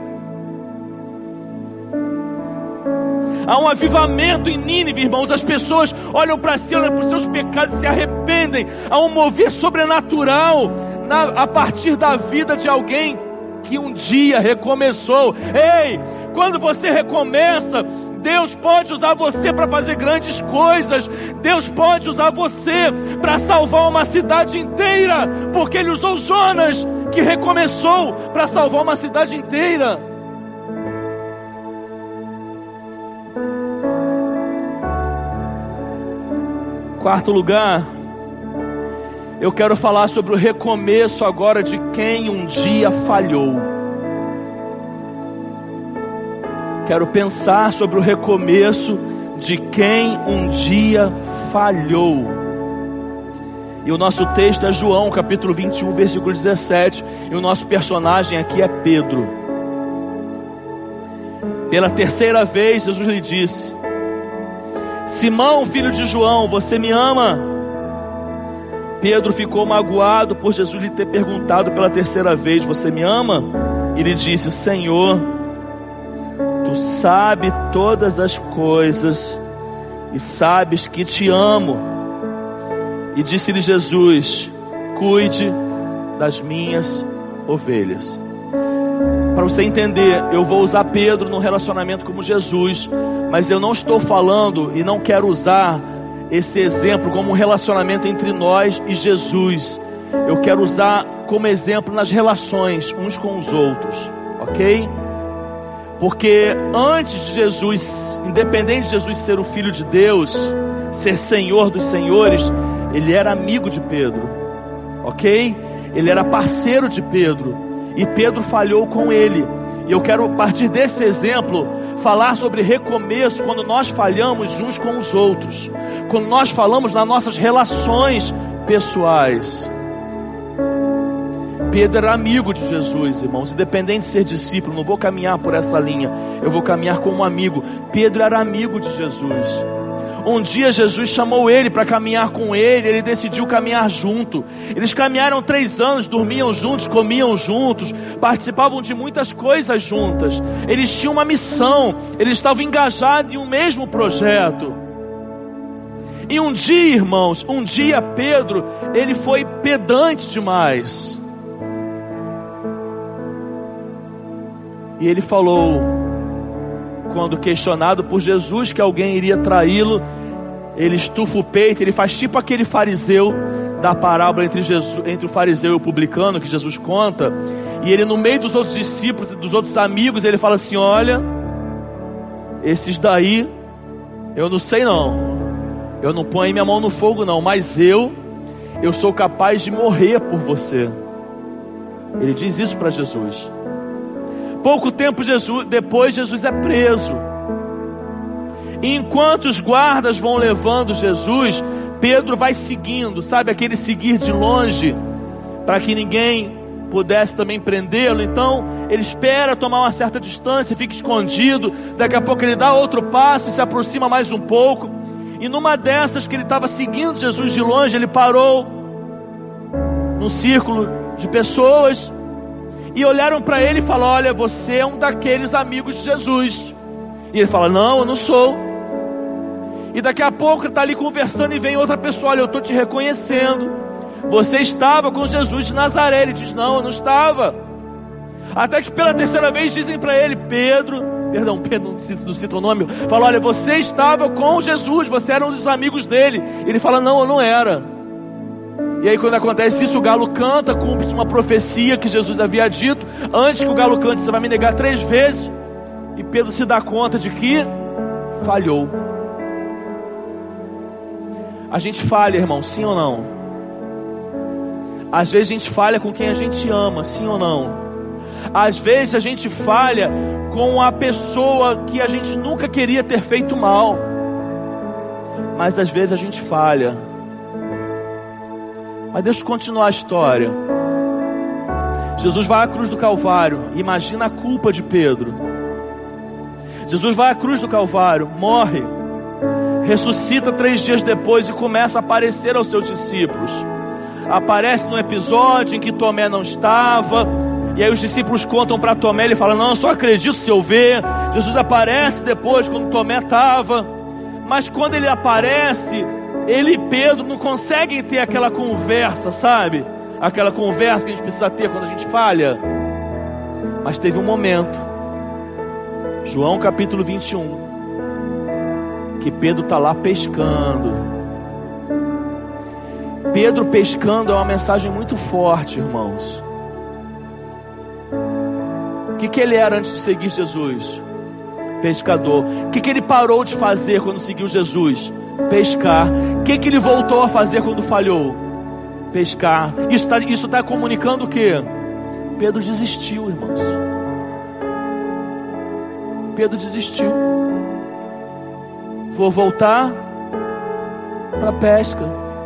Há um avivamento em Nínive, irmãos. As pessoas olham para si, olham para os seus pecados e se arrependem. Há um mover sobrenatural na, a partir da vida de alguém que um dia recomeçou. Ei, quando você recomeça, Deus pode usar você para fazer grandes coisas. Deus pode usar você para salvar uma cidade inteira, porque Ele usou Jonas, que recomeçou, para salvar uma cidade inteira. Quarto lugar, eu quero falar sobre o recomeço agora de quem um dia falhou. Quero pensar sobre o recomeço de quem um dia falhou. E o nosso texto é João, capítulo vinte e um, versículo dezessete. E o nosso personagem aqui é Pedro. Pela terceira vez, Jesus lhe disse: Simão, filho de João, você me ama? Pedro ficou magoado por Jesus lhe ter perguntado pela terceira vez: você me ama? E ele disse: Senhor, tu sabes todas as coisas e sabes que te amo. E disse-lhe Jesus: cuide das minhas ovelhas. Para você entender, eu vou usar Pedro no relacionamento como Jesus, mas eu não estou falando e não quero usar esse exemplo como um relacionamento entre nós e Jesus. Eu quero usar como exemplo nas relações uns com os outros, ok? Porque antes de Jesus, independente de Jesus ser o Filho de Deus, ser Senhor dos senhores, ele era amigo de Pedro, ok? Ele era parceiro de Pedro, e Pedro falhou com ele. E eu quero, a partir desse exemplo, falar sobre recomeço quando nós falhamos uns com os outros, quando nós falamos nas nossas relações pessoais. Pedro era amigo de Jesus, irmãos, independente de ser discípulo. Não vou caminhar por essa linha, eu vou caminhar como amigo. Pedro era amigo de Jesus. Um dia Jesus chamou ele para caminhar com ele, ele decidiu caminhar junto. Eles caminharam três anos, dormiam juntos, comiam juntos, participavam de muitas coisas juntas. Eles tinham uma missão, eles estavam engajados em um mesmo projeto. E um dia, irmãos, um dia Pedro, ele foi pedante demais. E ele falou, quando questionado por Jesus que alguém iria traí-lo, ele estufa o peito, ele faz tipo aquele fariseu da parábola entre, Jesus, entre o fariseu e o publicano que Jesus conta. E ele, no meio dos outros discípulos e dos outros amigos, ele fala assim: olha, esses daí eu não sei não, eu não ponho minha mão no fogo não, mas eu eu sou capaz de morrer por você. Ele diz isso para Jesus. Pouco tempo Jesus, depois, Jesus é preso. E enquanto os guardas vão levando Jesus, Pedro vai seguindo, sabe aquele seguir de longe, para que ninguém pudesse também prendê-lo. Então ele espera tomar uma certa distância, fica escondido. Daqui a pouco ele dá outro passo e se aproxima mais um pouco. E numa dessas que ele estava seguindo Jesus de longe, ele parou num círculo de pessoas e olharam para ele e falaram: olha, você é um daqueles amigos de Jesus. E ele fala: não, eu não sou. E daqui a pouco ele está ali conversando e vem outra pessoa: olha, eu estou te reconhecendo, você estava com Jesus de Nazaré. Ele diz: não, eu não estava. Até que pela terceira vez dizem para ele: Pedro, perdão, Pedro não cita, não cita o nome, fala: olha, você estava com Jesus, você era um dos amigos dele. Ele fala: não, eu não era. E aí quando acontece isso, o galo canta, cumpre-se uma profecia que Jesus havia dito: antes que o galo cante, você vai me negar três vezes. E Pedro se dá conta de que falhou. A gente falha, irmão, sim ou não? Às vezes a gente falha com quem a gente ama, sim ou não? Às vezes a gente falha com a pessoa que a gente nunca queria ter feito mal, mas às vezes a gente falha. Mas deixa eu continuar a história. Jesus vai à cruz do Calvário. Imagina a culpa de Pedro. Jesus vai à cruz do Calvário, morre, ressuscita três dias depois e começa a aparecer aos seus discípulos. Aparece no episódio em que Tomé não estava. E aí os discípulos contam para Tomé. Ele fala: não, eu só acredito se eu ver. Jesus aparece depois quando Tomé estava. Mas quando ele aparece, ele e Pedro não conseguem ter aquela conversa, sabe? Aquela conversa que a gente precisa ter quando a gente falha. Mas teve um momento, João capítulo vinte e um, que Pedro está lá pescando. Pedro pescando é uma mensagem muito forte, irmãos. O que, que ele era antes de seguir Jesus? Pescador. O que, que ele parou de fazer quando seguiu Jesus? Pescar. O que, que ele voltou a fazer quando falhou? Pescar. Isso está isso tá comunicando o quê? Pedro desistiu, irmãos. Pedro desistiu. Vou voltar para a pesca.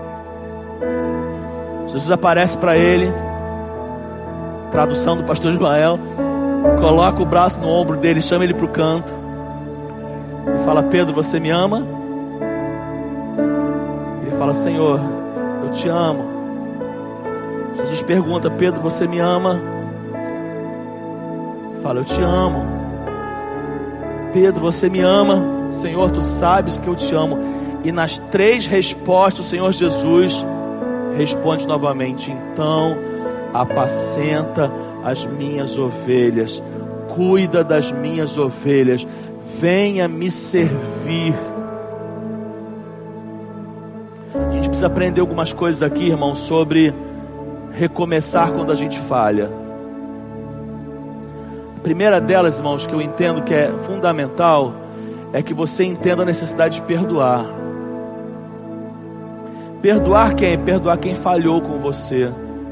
Jesus aparece para ele, tradução do pastor Ismael, coloca o braço no ombro dele, chama ele para o canto e fala: Pedro, você me ama? fala: Senhor, eu te amo. Jesus pergunta: Pedro, você me ama? Fala: eu te amo. Pedro, você me ama? Senhor, tu sabes que eu te amo. E nas três respostas o Senhor Jesus responde novamente: então apacenta as minhas ovelhas, cuida das minhas ovelhas, venha me servir. A gente precisa aprender algumas coisas aqui, irmão, sobre recomeçar quando a gente falha. A primeira delas, irmãos, que eu entendo que é fundamental, é que você entenda a necessidade de perdoar. Perdoar quem? Perdoar quem falhou com você.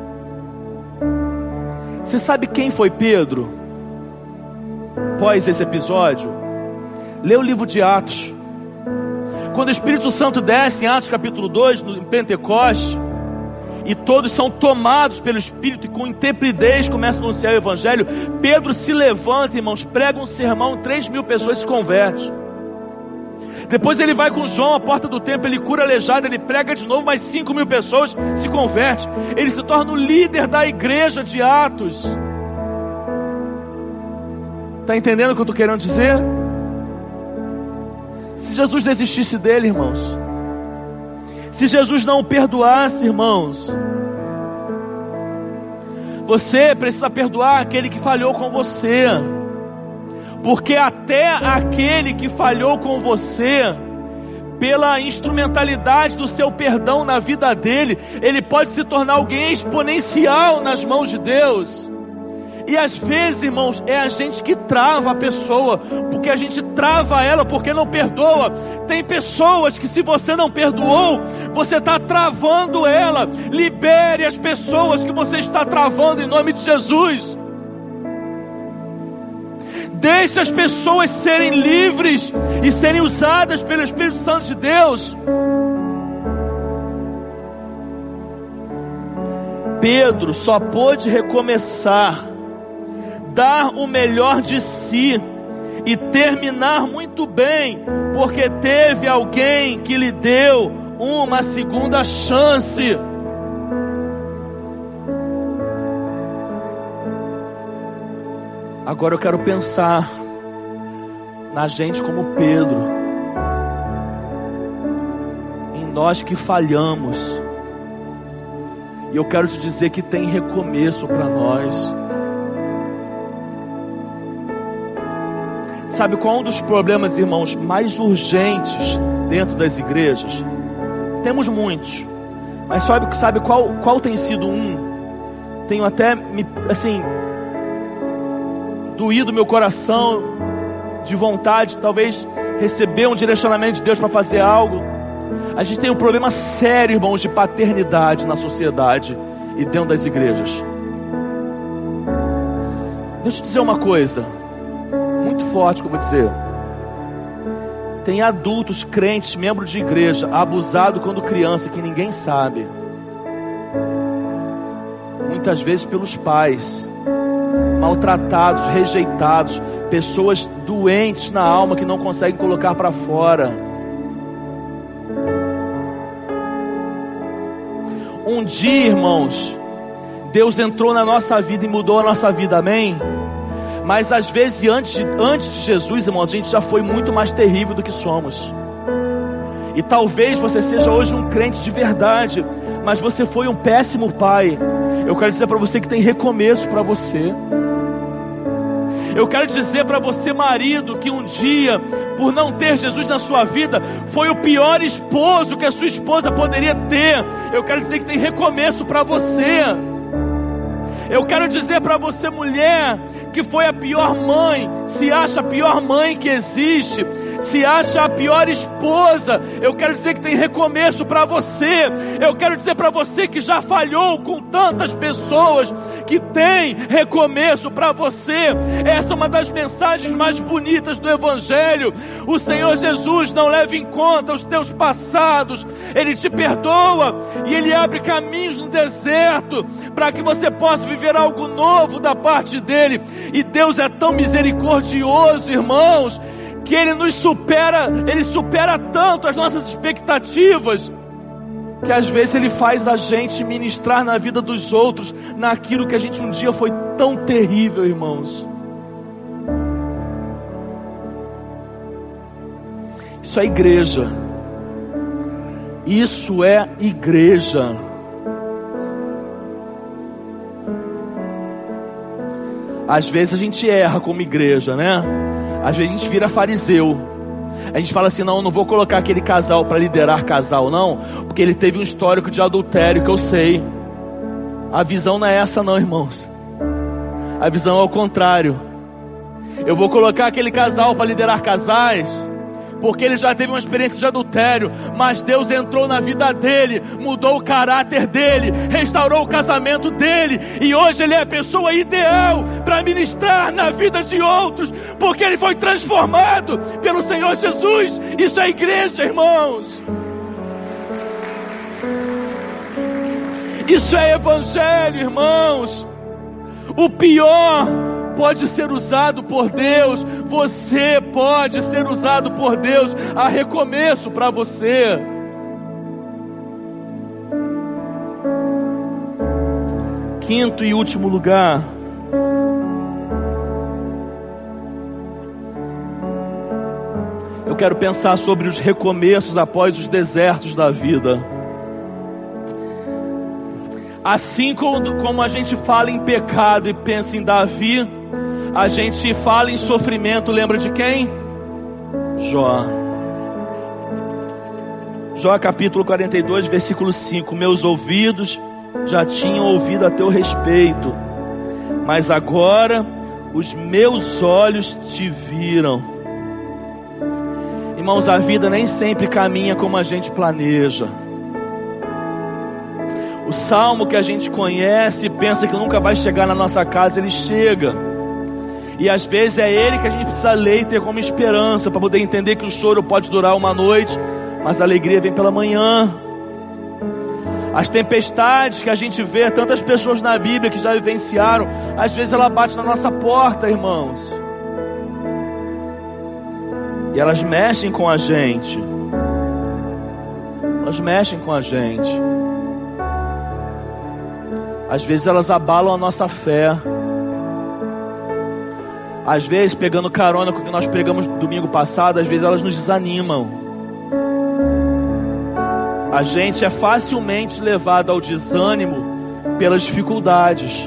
Você sabe quem foi Pedro? Após esse episódio, lê o livro de Atos. Quando o Espírito Santo desce em Atos capítulo dois, no Pentecoste, e todos são tomados pelo Espírito e com intrepidez começam a anunciar o Evangelho, Pedro se levanta, irmãos, prega um sermão, três mil pessoas se convertem. Depois ele vai com João à porta do templo, ele cura aleijado, ele prega de novo, mais cinco mil pessoas se convertem. Ele se torna o líder da igreja de Atos. Está entendendo o que eu estou querendo dizer? Se Jesus desistisse dele, irmãos, se Jesus não o perdoasse, irmãos, você precisa perdoar aquele que falhou com você. Porque até aquele que falhou com você, pela instrumentalidade do seu perdão na vida dele, ele pode se tornar alguém exponencial nas mãos de Deus. E às vezes, irmãos, é a gente que trava a pessoa, porque a gente trava ela porque não perdoa. Tem pessoas que, se você não perdoou, você está travando ela. Libere as pessoas que você está travando em nome de Jesus. Deixe as pessoas serem livres e serem usadas pelo Espírito Santo de Deus. Pedro só pôde recomeçar, dar o melhor de si e terminar muito bem, porque teve alguém que lhe deu uma segunda chance. Agora eu quero pensar na gente como Pedro, em nós que falhamos, e eu quero te dizer que tem recomeço para nós. Sabe qual é um dos problemas, irmãos, mais urgentes dentro das igrejas? Temos muitos, mas sabe, sabe qual, qual tem sido um? Tenho até, assim, doído meu coração, de vontade, talvez receber um direcionamento de Deus para fazer algo. A gente tem um problema sério, irmãos, de paternidade na sociedade e dentro das igrejas. Deixa eu te dizer uma coisa muito forte que eu vou dizer. Tem adultos, crentes, membros de igreja, abusado quando criança, que ninguém sabe, muitas vezes pelos pais, maltratados, rejeitados, pessoas doentes na alma que não conseguem colocar para fora. Um dia, irmãos, Deus entrou na nossa vida e mudou a nossa vida, amém? Mas às vezes antes de, antes de Jesus, irmãos, a gente já foi muito mais terrível do que somos. E talvez você seja hoje um crente de verdade, mas você foi um péssimo pai. Eu quero dizer para você que tem recomeço para você. Eu quero dizer para você, marido, que um dia, por não ter Jesus na sua vida, foi o pior esposo que a sua esposa poderia ter. Eu quero dizer que tem recomeço para você. Eu quero dizer para você, mulher, que foi a pior mãe, se acha a pior mãe que existe, se acha a pior esposa. Eu quero dizer que tem recomeço para você. Eu quero dizer para você que já falhou com tantas pessoas, que tem recomeço para você. Essa é uma das mensagens mais bonitas do Evangelho. O Senhor Jesus não leva em conta os teus passados, Ele te perdoa e Ele abre caminhos no deserto para que você possa viver algo novo da parte dEle. E Deus é tão misericordioso, irmãos, que Ele nos supera, Ele supera tanto as nossas expectativas, que às vezes Ele faz a gente ministrar na vida dos outros, naquilo que a gente um dia foi tão terrível, irmãos. Isso é igreja. Isso é igreja. Às vezes a gente erra como igreja, né? Às vezes a gente vira fariseu. A gente fala assim, não, não vou colocar aquele casal para liderar casal, não, porque ele teve um histórico de adultério que eu sei. A visão não é essa não, irmãos. A visão é o contrário. Eu vou colocar aquele casal para liderar casais, porque ele já teve uma experiência de adultério, mas Deus entrou na vida dele, mudou o caráter dele, restaurou o casamento dele, e hoje ele é a pessoa ideal para ministrar na vida de outros, porque ele foi transformado pelo Senhor Jesus. Isso é igreja, irmãos. Isso é evangelho, irmãos. O pior pode ser usado por Deus. Você pode ser usado por Deus. Há recomeço para você. Quinto e último lugar, eu quero pensar sobre os recomeços após os desertos da vida. Assim como a gente fala em pecado e pensa em Davi, a gente fala em sofrimento, lembra de quem? Jó. Jó capítulo quarenta e dois, versículo cinco. Meus ouvidos já tinham ouvido a teu respeito, mas agora os meus olhos te viram. Irmãos, a vida nem sempre caminha como a gente planeja. O salmo que a gente conhece e pensa que nunca vai chegar na nossa casa, ele chega. E às vezes é ele que a gente precisa ler e ter como esperança, para poder entender que o choro pode durar uma noite, mas a alegria vem pela manhã. As tempestades que a gente vê, tantas pessoas na Bíblia que já vivenciaram, às vezes ela bate na nossa porta, irmãos, e elas mexem com a gente. Elas mexem com a gente. Às vezes elas abalam a nossa fé. Às vezes, pegando carona com o que nós pregamos domingo passado, às vezes elas nos desanimam. A gente é facilmente levado ao desânimo pelas dificuldades.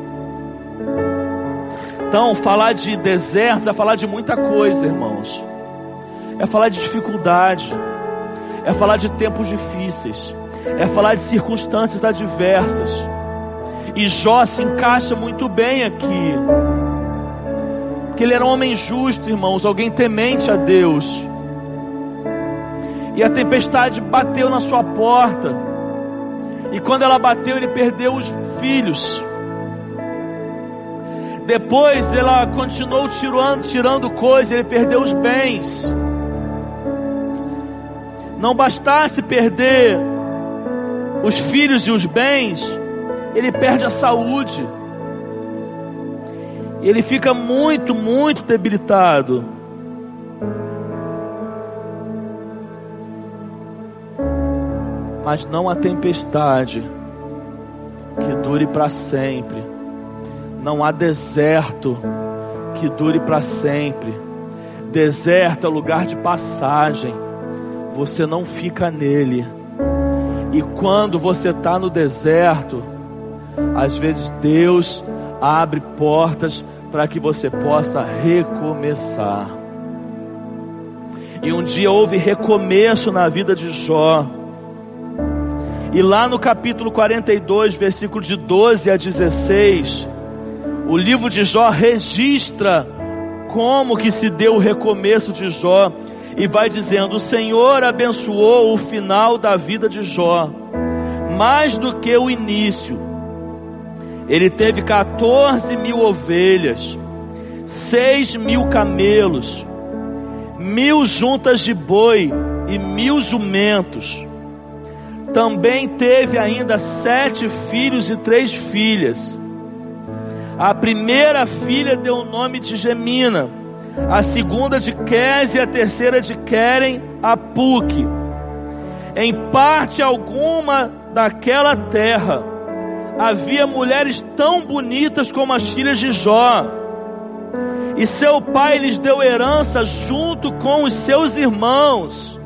Então, falar de desertos é falar de muita coisa, irmãos. É falar de dificuldade, é falar de tempos difíceis, é falar de circunstâncias adversas. E Jó se encaixa muito bem aqui, porque ele era um homem justo, irmãos, alguém temente a Deus. E a tempestade bateu na sua porta, e quando ela bateu, ele perdeu os filhos. Depois ela continuou tirando, tirando coisas, ele perdeu os bens. Não bastasse perder os filhos e os bens, ele perde a saúde. Ele fica muito, muito debilitado. Mas não há tempestade que dure para sempre. Não há deserto que dure para sempre. Deserto é lugar de passagem. Você não fica nele. E quando você está no deserto, às vezes Deus abre portas para que você possa recomeçar. E um dia houve recomeço na vida de Jó. E lá no capítulo quarenta e dois, versículo de doze a dezesseis, o livro de Jó registra como que se deu o recomeço de Jó. E vai dizendo: o Senhor abençoou o final da vida de Jó, mais do que o início. Ele teve quatorze mil ovelhas, seis mil camelos, mil juntas de boi e mil jumentos. Também teve ainda sete filhos e três filhas. A primeira filha deu o nome de Gemina, a segunda de Quez e a terceira de Querem Apuque. em parte alguma daquela terra havia mulheres tão bonitas como as filhas de Jó, e seu pai lhes deu herança junto com os seus irmãos.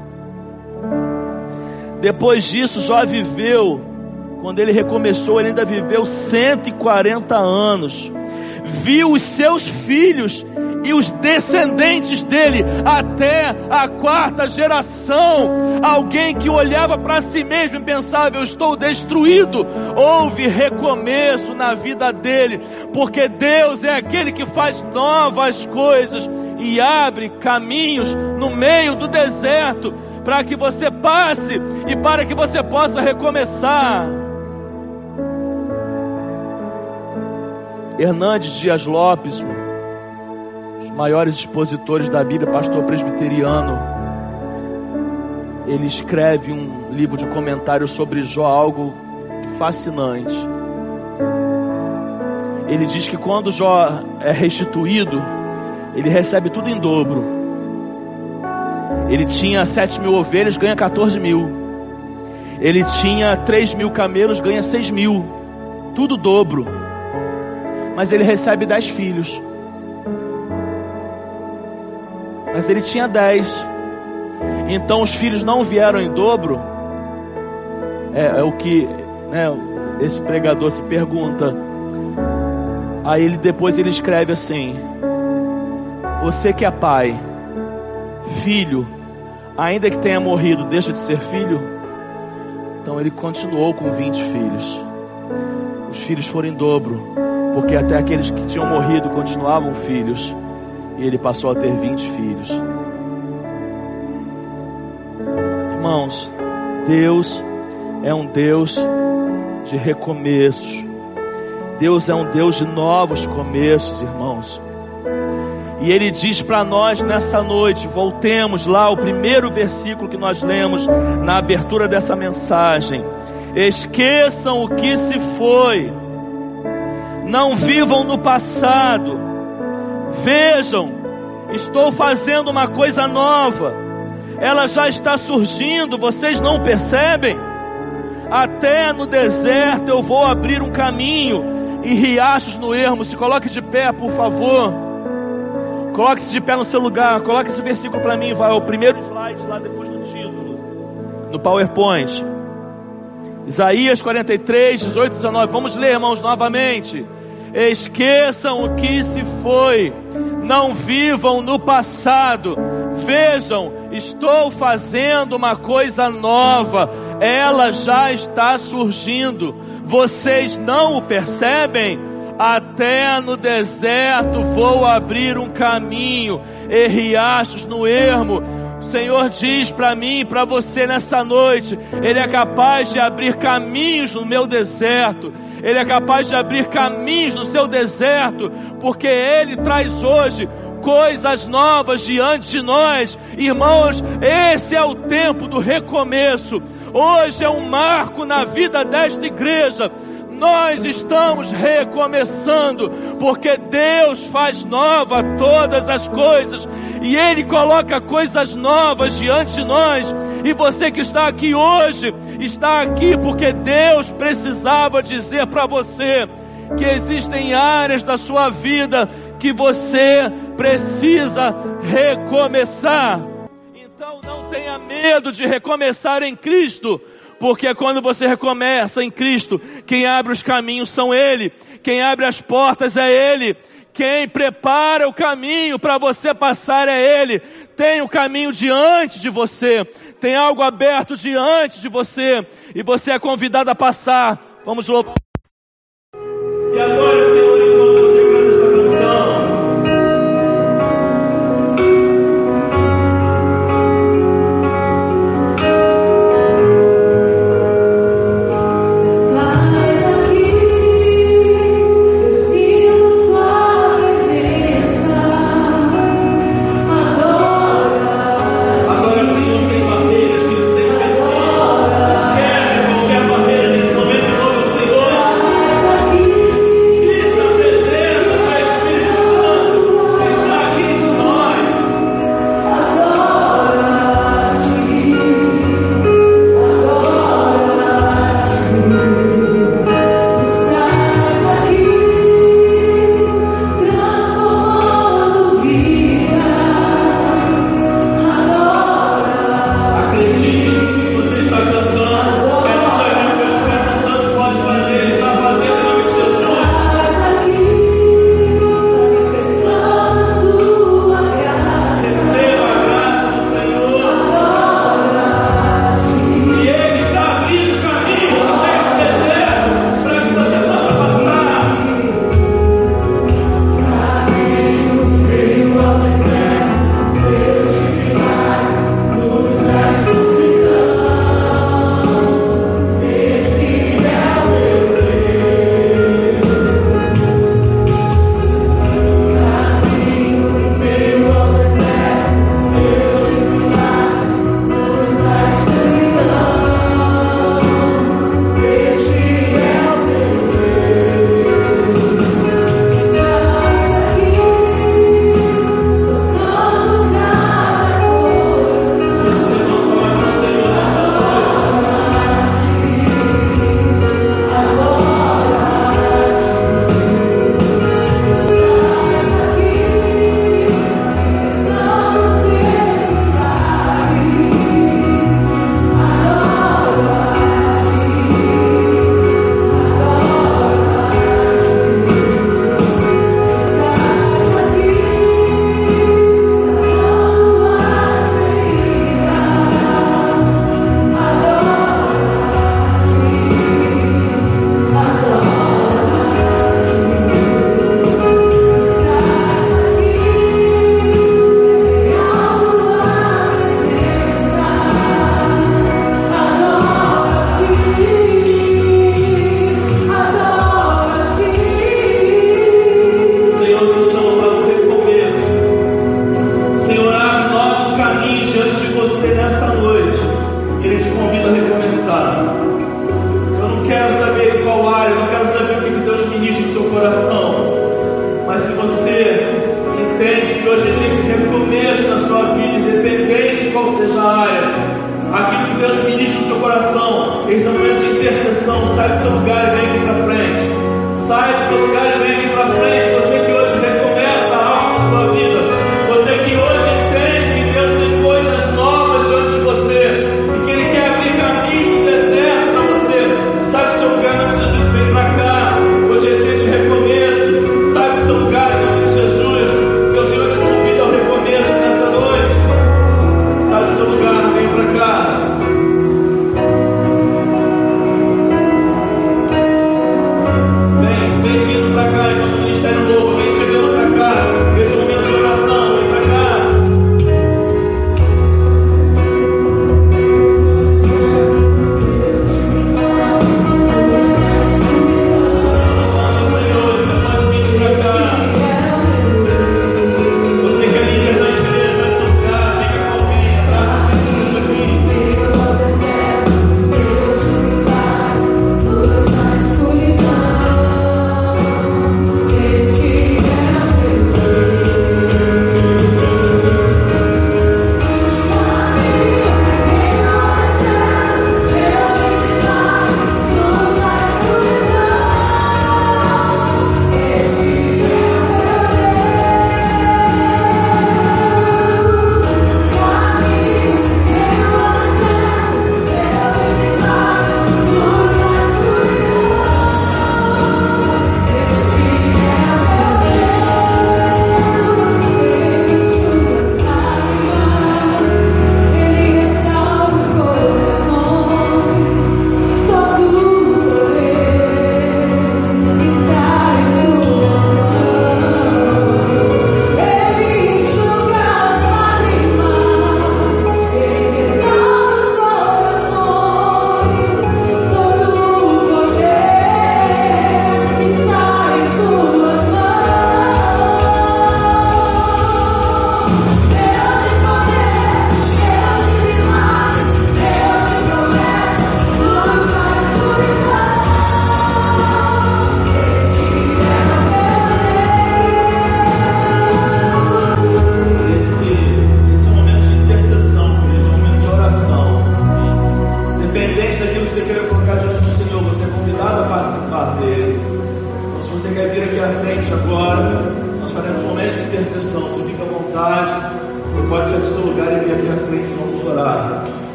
Depois disso, Jó viveu, quando ele recomeçou, ele ainda viveu cento e quarenta anos. Viu os seus filhos e os descendentes dele até a quarta geração. Alguém que olhava para si mesmo e pensava: eu estou destruído. Houve recomeço na vida dele, porque Deus é aquele que faz novas coisas e abre caminhos no meio do deserto, para que você passe e para que você possa recomeçar. Hernandes Dias Lopes, um dos maiores expositores da Bíblia, pastor presbiteriano, ele escreve um livro de comentários sobre Jó, algo fascinante. Ele diz que quando Jó é restituído, ele recebe tudo em dobro. Ele tinha sete mil ovelhas, ganha quatorze mil. Ele tinha três mil camelos, ganha seis mil. Tudo dobro. Mas ele recebe dez filhos. Mas ele tinha dez. Então os filhos não vieram em dobro. É, é o que, né, esse pregador se pergunta. Aí ele depois ele escreve assim: você que é pai, filho, ainda que tenha morrido, deixa de ser filho? Então ele continuou com vinte filhos. Os filhos foram em dobro, porque até aqueles que tinham morrido continuavam filhos, e ele passou a ter vinte filhos. Irmãos, Deus é um Deus de recomeços. Deus é um Deus de novos começos, irmãos. E Ele diz para nós nessa noite, voltemos lá ao primeiro versículo que nós lemos na abertura dessa mensagem: esqueçam o que se foi, não vivam no passado, vejam, estou fazendo uma coisa nova, ela já está surgindo, vocês não percebem? Até no deserto eu vou abrir um caminho e riachos no ermo. Se coloque de pé, por favor. Coloque-se de pé no seu lugar. Coloque esse versículo para mim. Vai ao primeiro slide lá depois do título, no PowerPoint. Isaías quarenta e três, dezoito e dezenove. Vamos ler, irmãos, novamente. Esqueçam o que se foi, não vivam no passado. Vejam, estou fazendo uma coisa nova, ela já está surgindo. Vocês não o percebem? Até no deserto vou abrir um caminho e riachos no ermo. O Senhor diz para mim e para você nessa noite: Ele é capaz de abrir caminhos no meu deserto. Ele é capaz de abrir caminhos no seu deserto, porque Ele traz hoje coisas novas diante de nós. Irmãos, esse é o tempo do recomeço. Hoje é um marco na vida desta igreja. Nós estamos recomeçando, porque Deus faz nova todas as coisas, e Ele coloca coisas novas diante de nós. E você que está aqui hoje, está aqui porque Deus precisava dizer para você que existem áreas da sua vida que você precisa recomeçar. Então não tenha medo de recomeçar em Cristo, porque quando você recomeça em Cristo, quem abre os caminhos são Ele, quem abre as portas é Ele, quem prepara o caminho para você passar é Ele. Tem um caminho diante de você, tem algo aberto diante de você, e você é convidado a passar. Vamos louvar. E agora, Senhor, enquanto você canta esta canção, Sim. coração. Mas se você entende que hoje é dia de recomeço na sua vida, independente de qual seja a área, aquilo que Deus ministra no seu coração, esse é um momento de intercessão. Sai do seu lugar e vem aqui para frente. Sai do seu lugar e vem aqui para frente. Você que hoje recomeça algo na sua vida, você que hoje entende que Deus tem coisas novas diante de você e que Ele quer abrir caminhos no deserto para você. Sai do seu lugar, em nome de Jesus, vem para cá. Hoje é dia de recomeço. Sai do seu lugar, em nome de Jesus, que o Senhor te convida ao recomeço nessa noite. Sai do seu lugar, vem para cá. Vem, vem vindo para cá, enquanto o ministério novo, vem chegando para cá. Veja o momento de oração, vem para cá. Senhor, você pode vir para cá. Você que é líder da igreja, sai do seu lugar, fica com alguém, abraça pessoas aqui.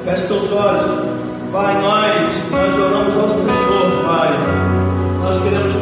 Feche seus olhos. Pai, nós, nós oramos ao Senhor, Pai. Nós queremos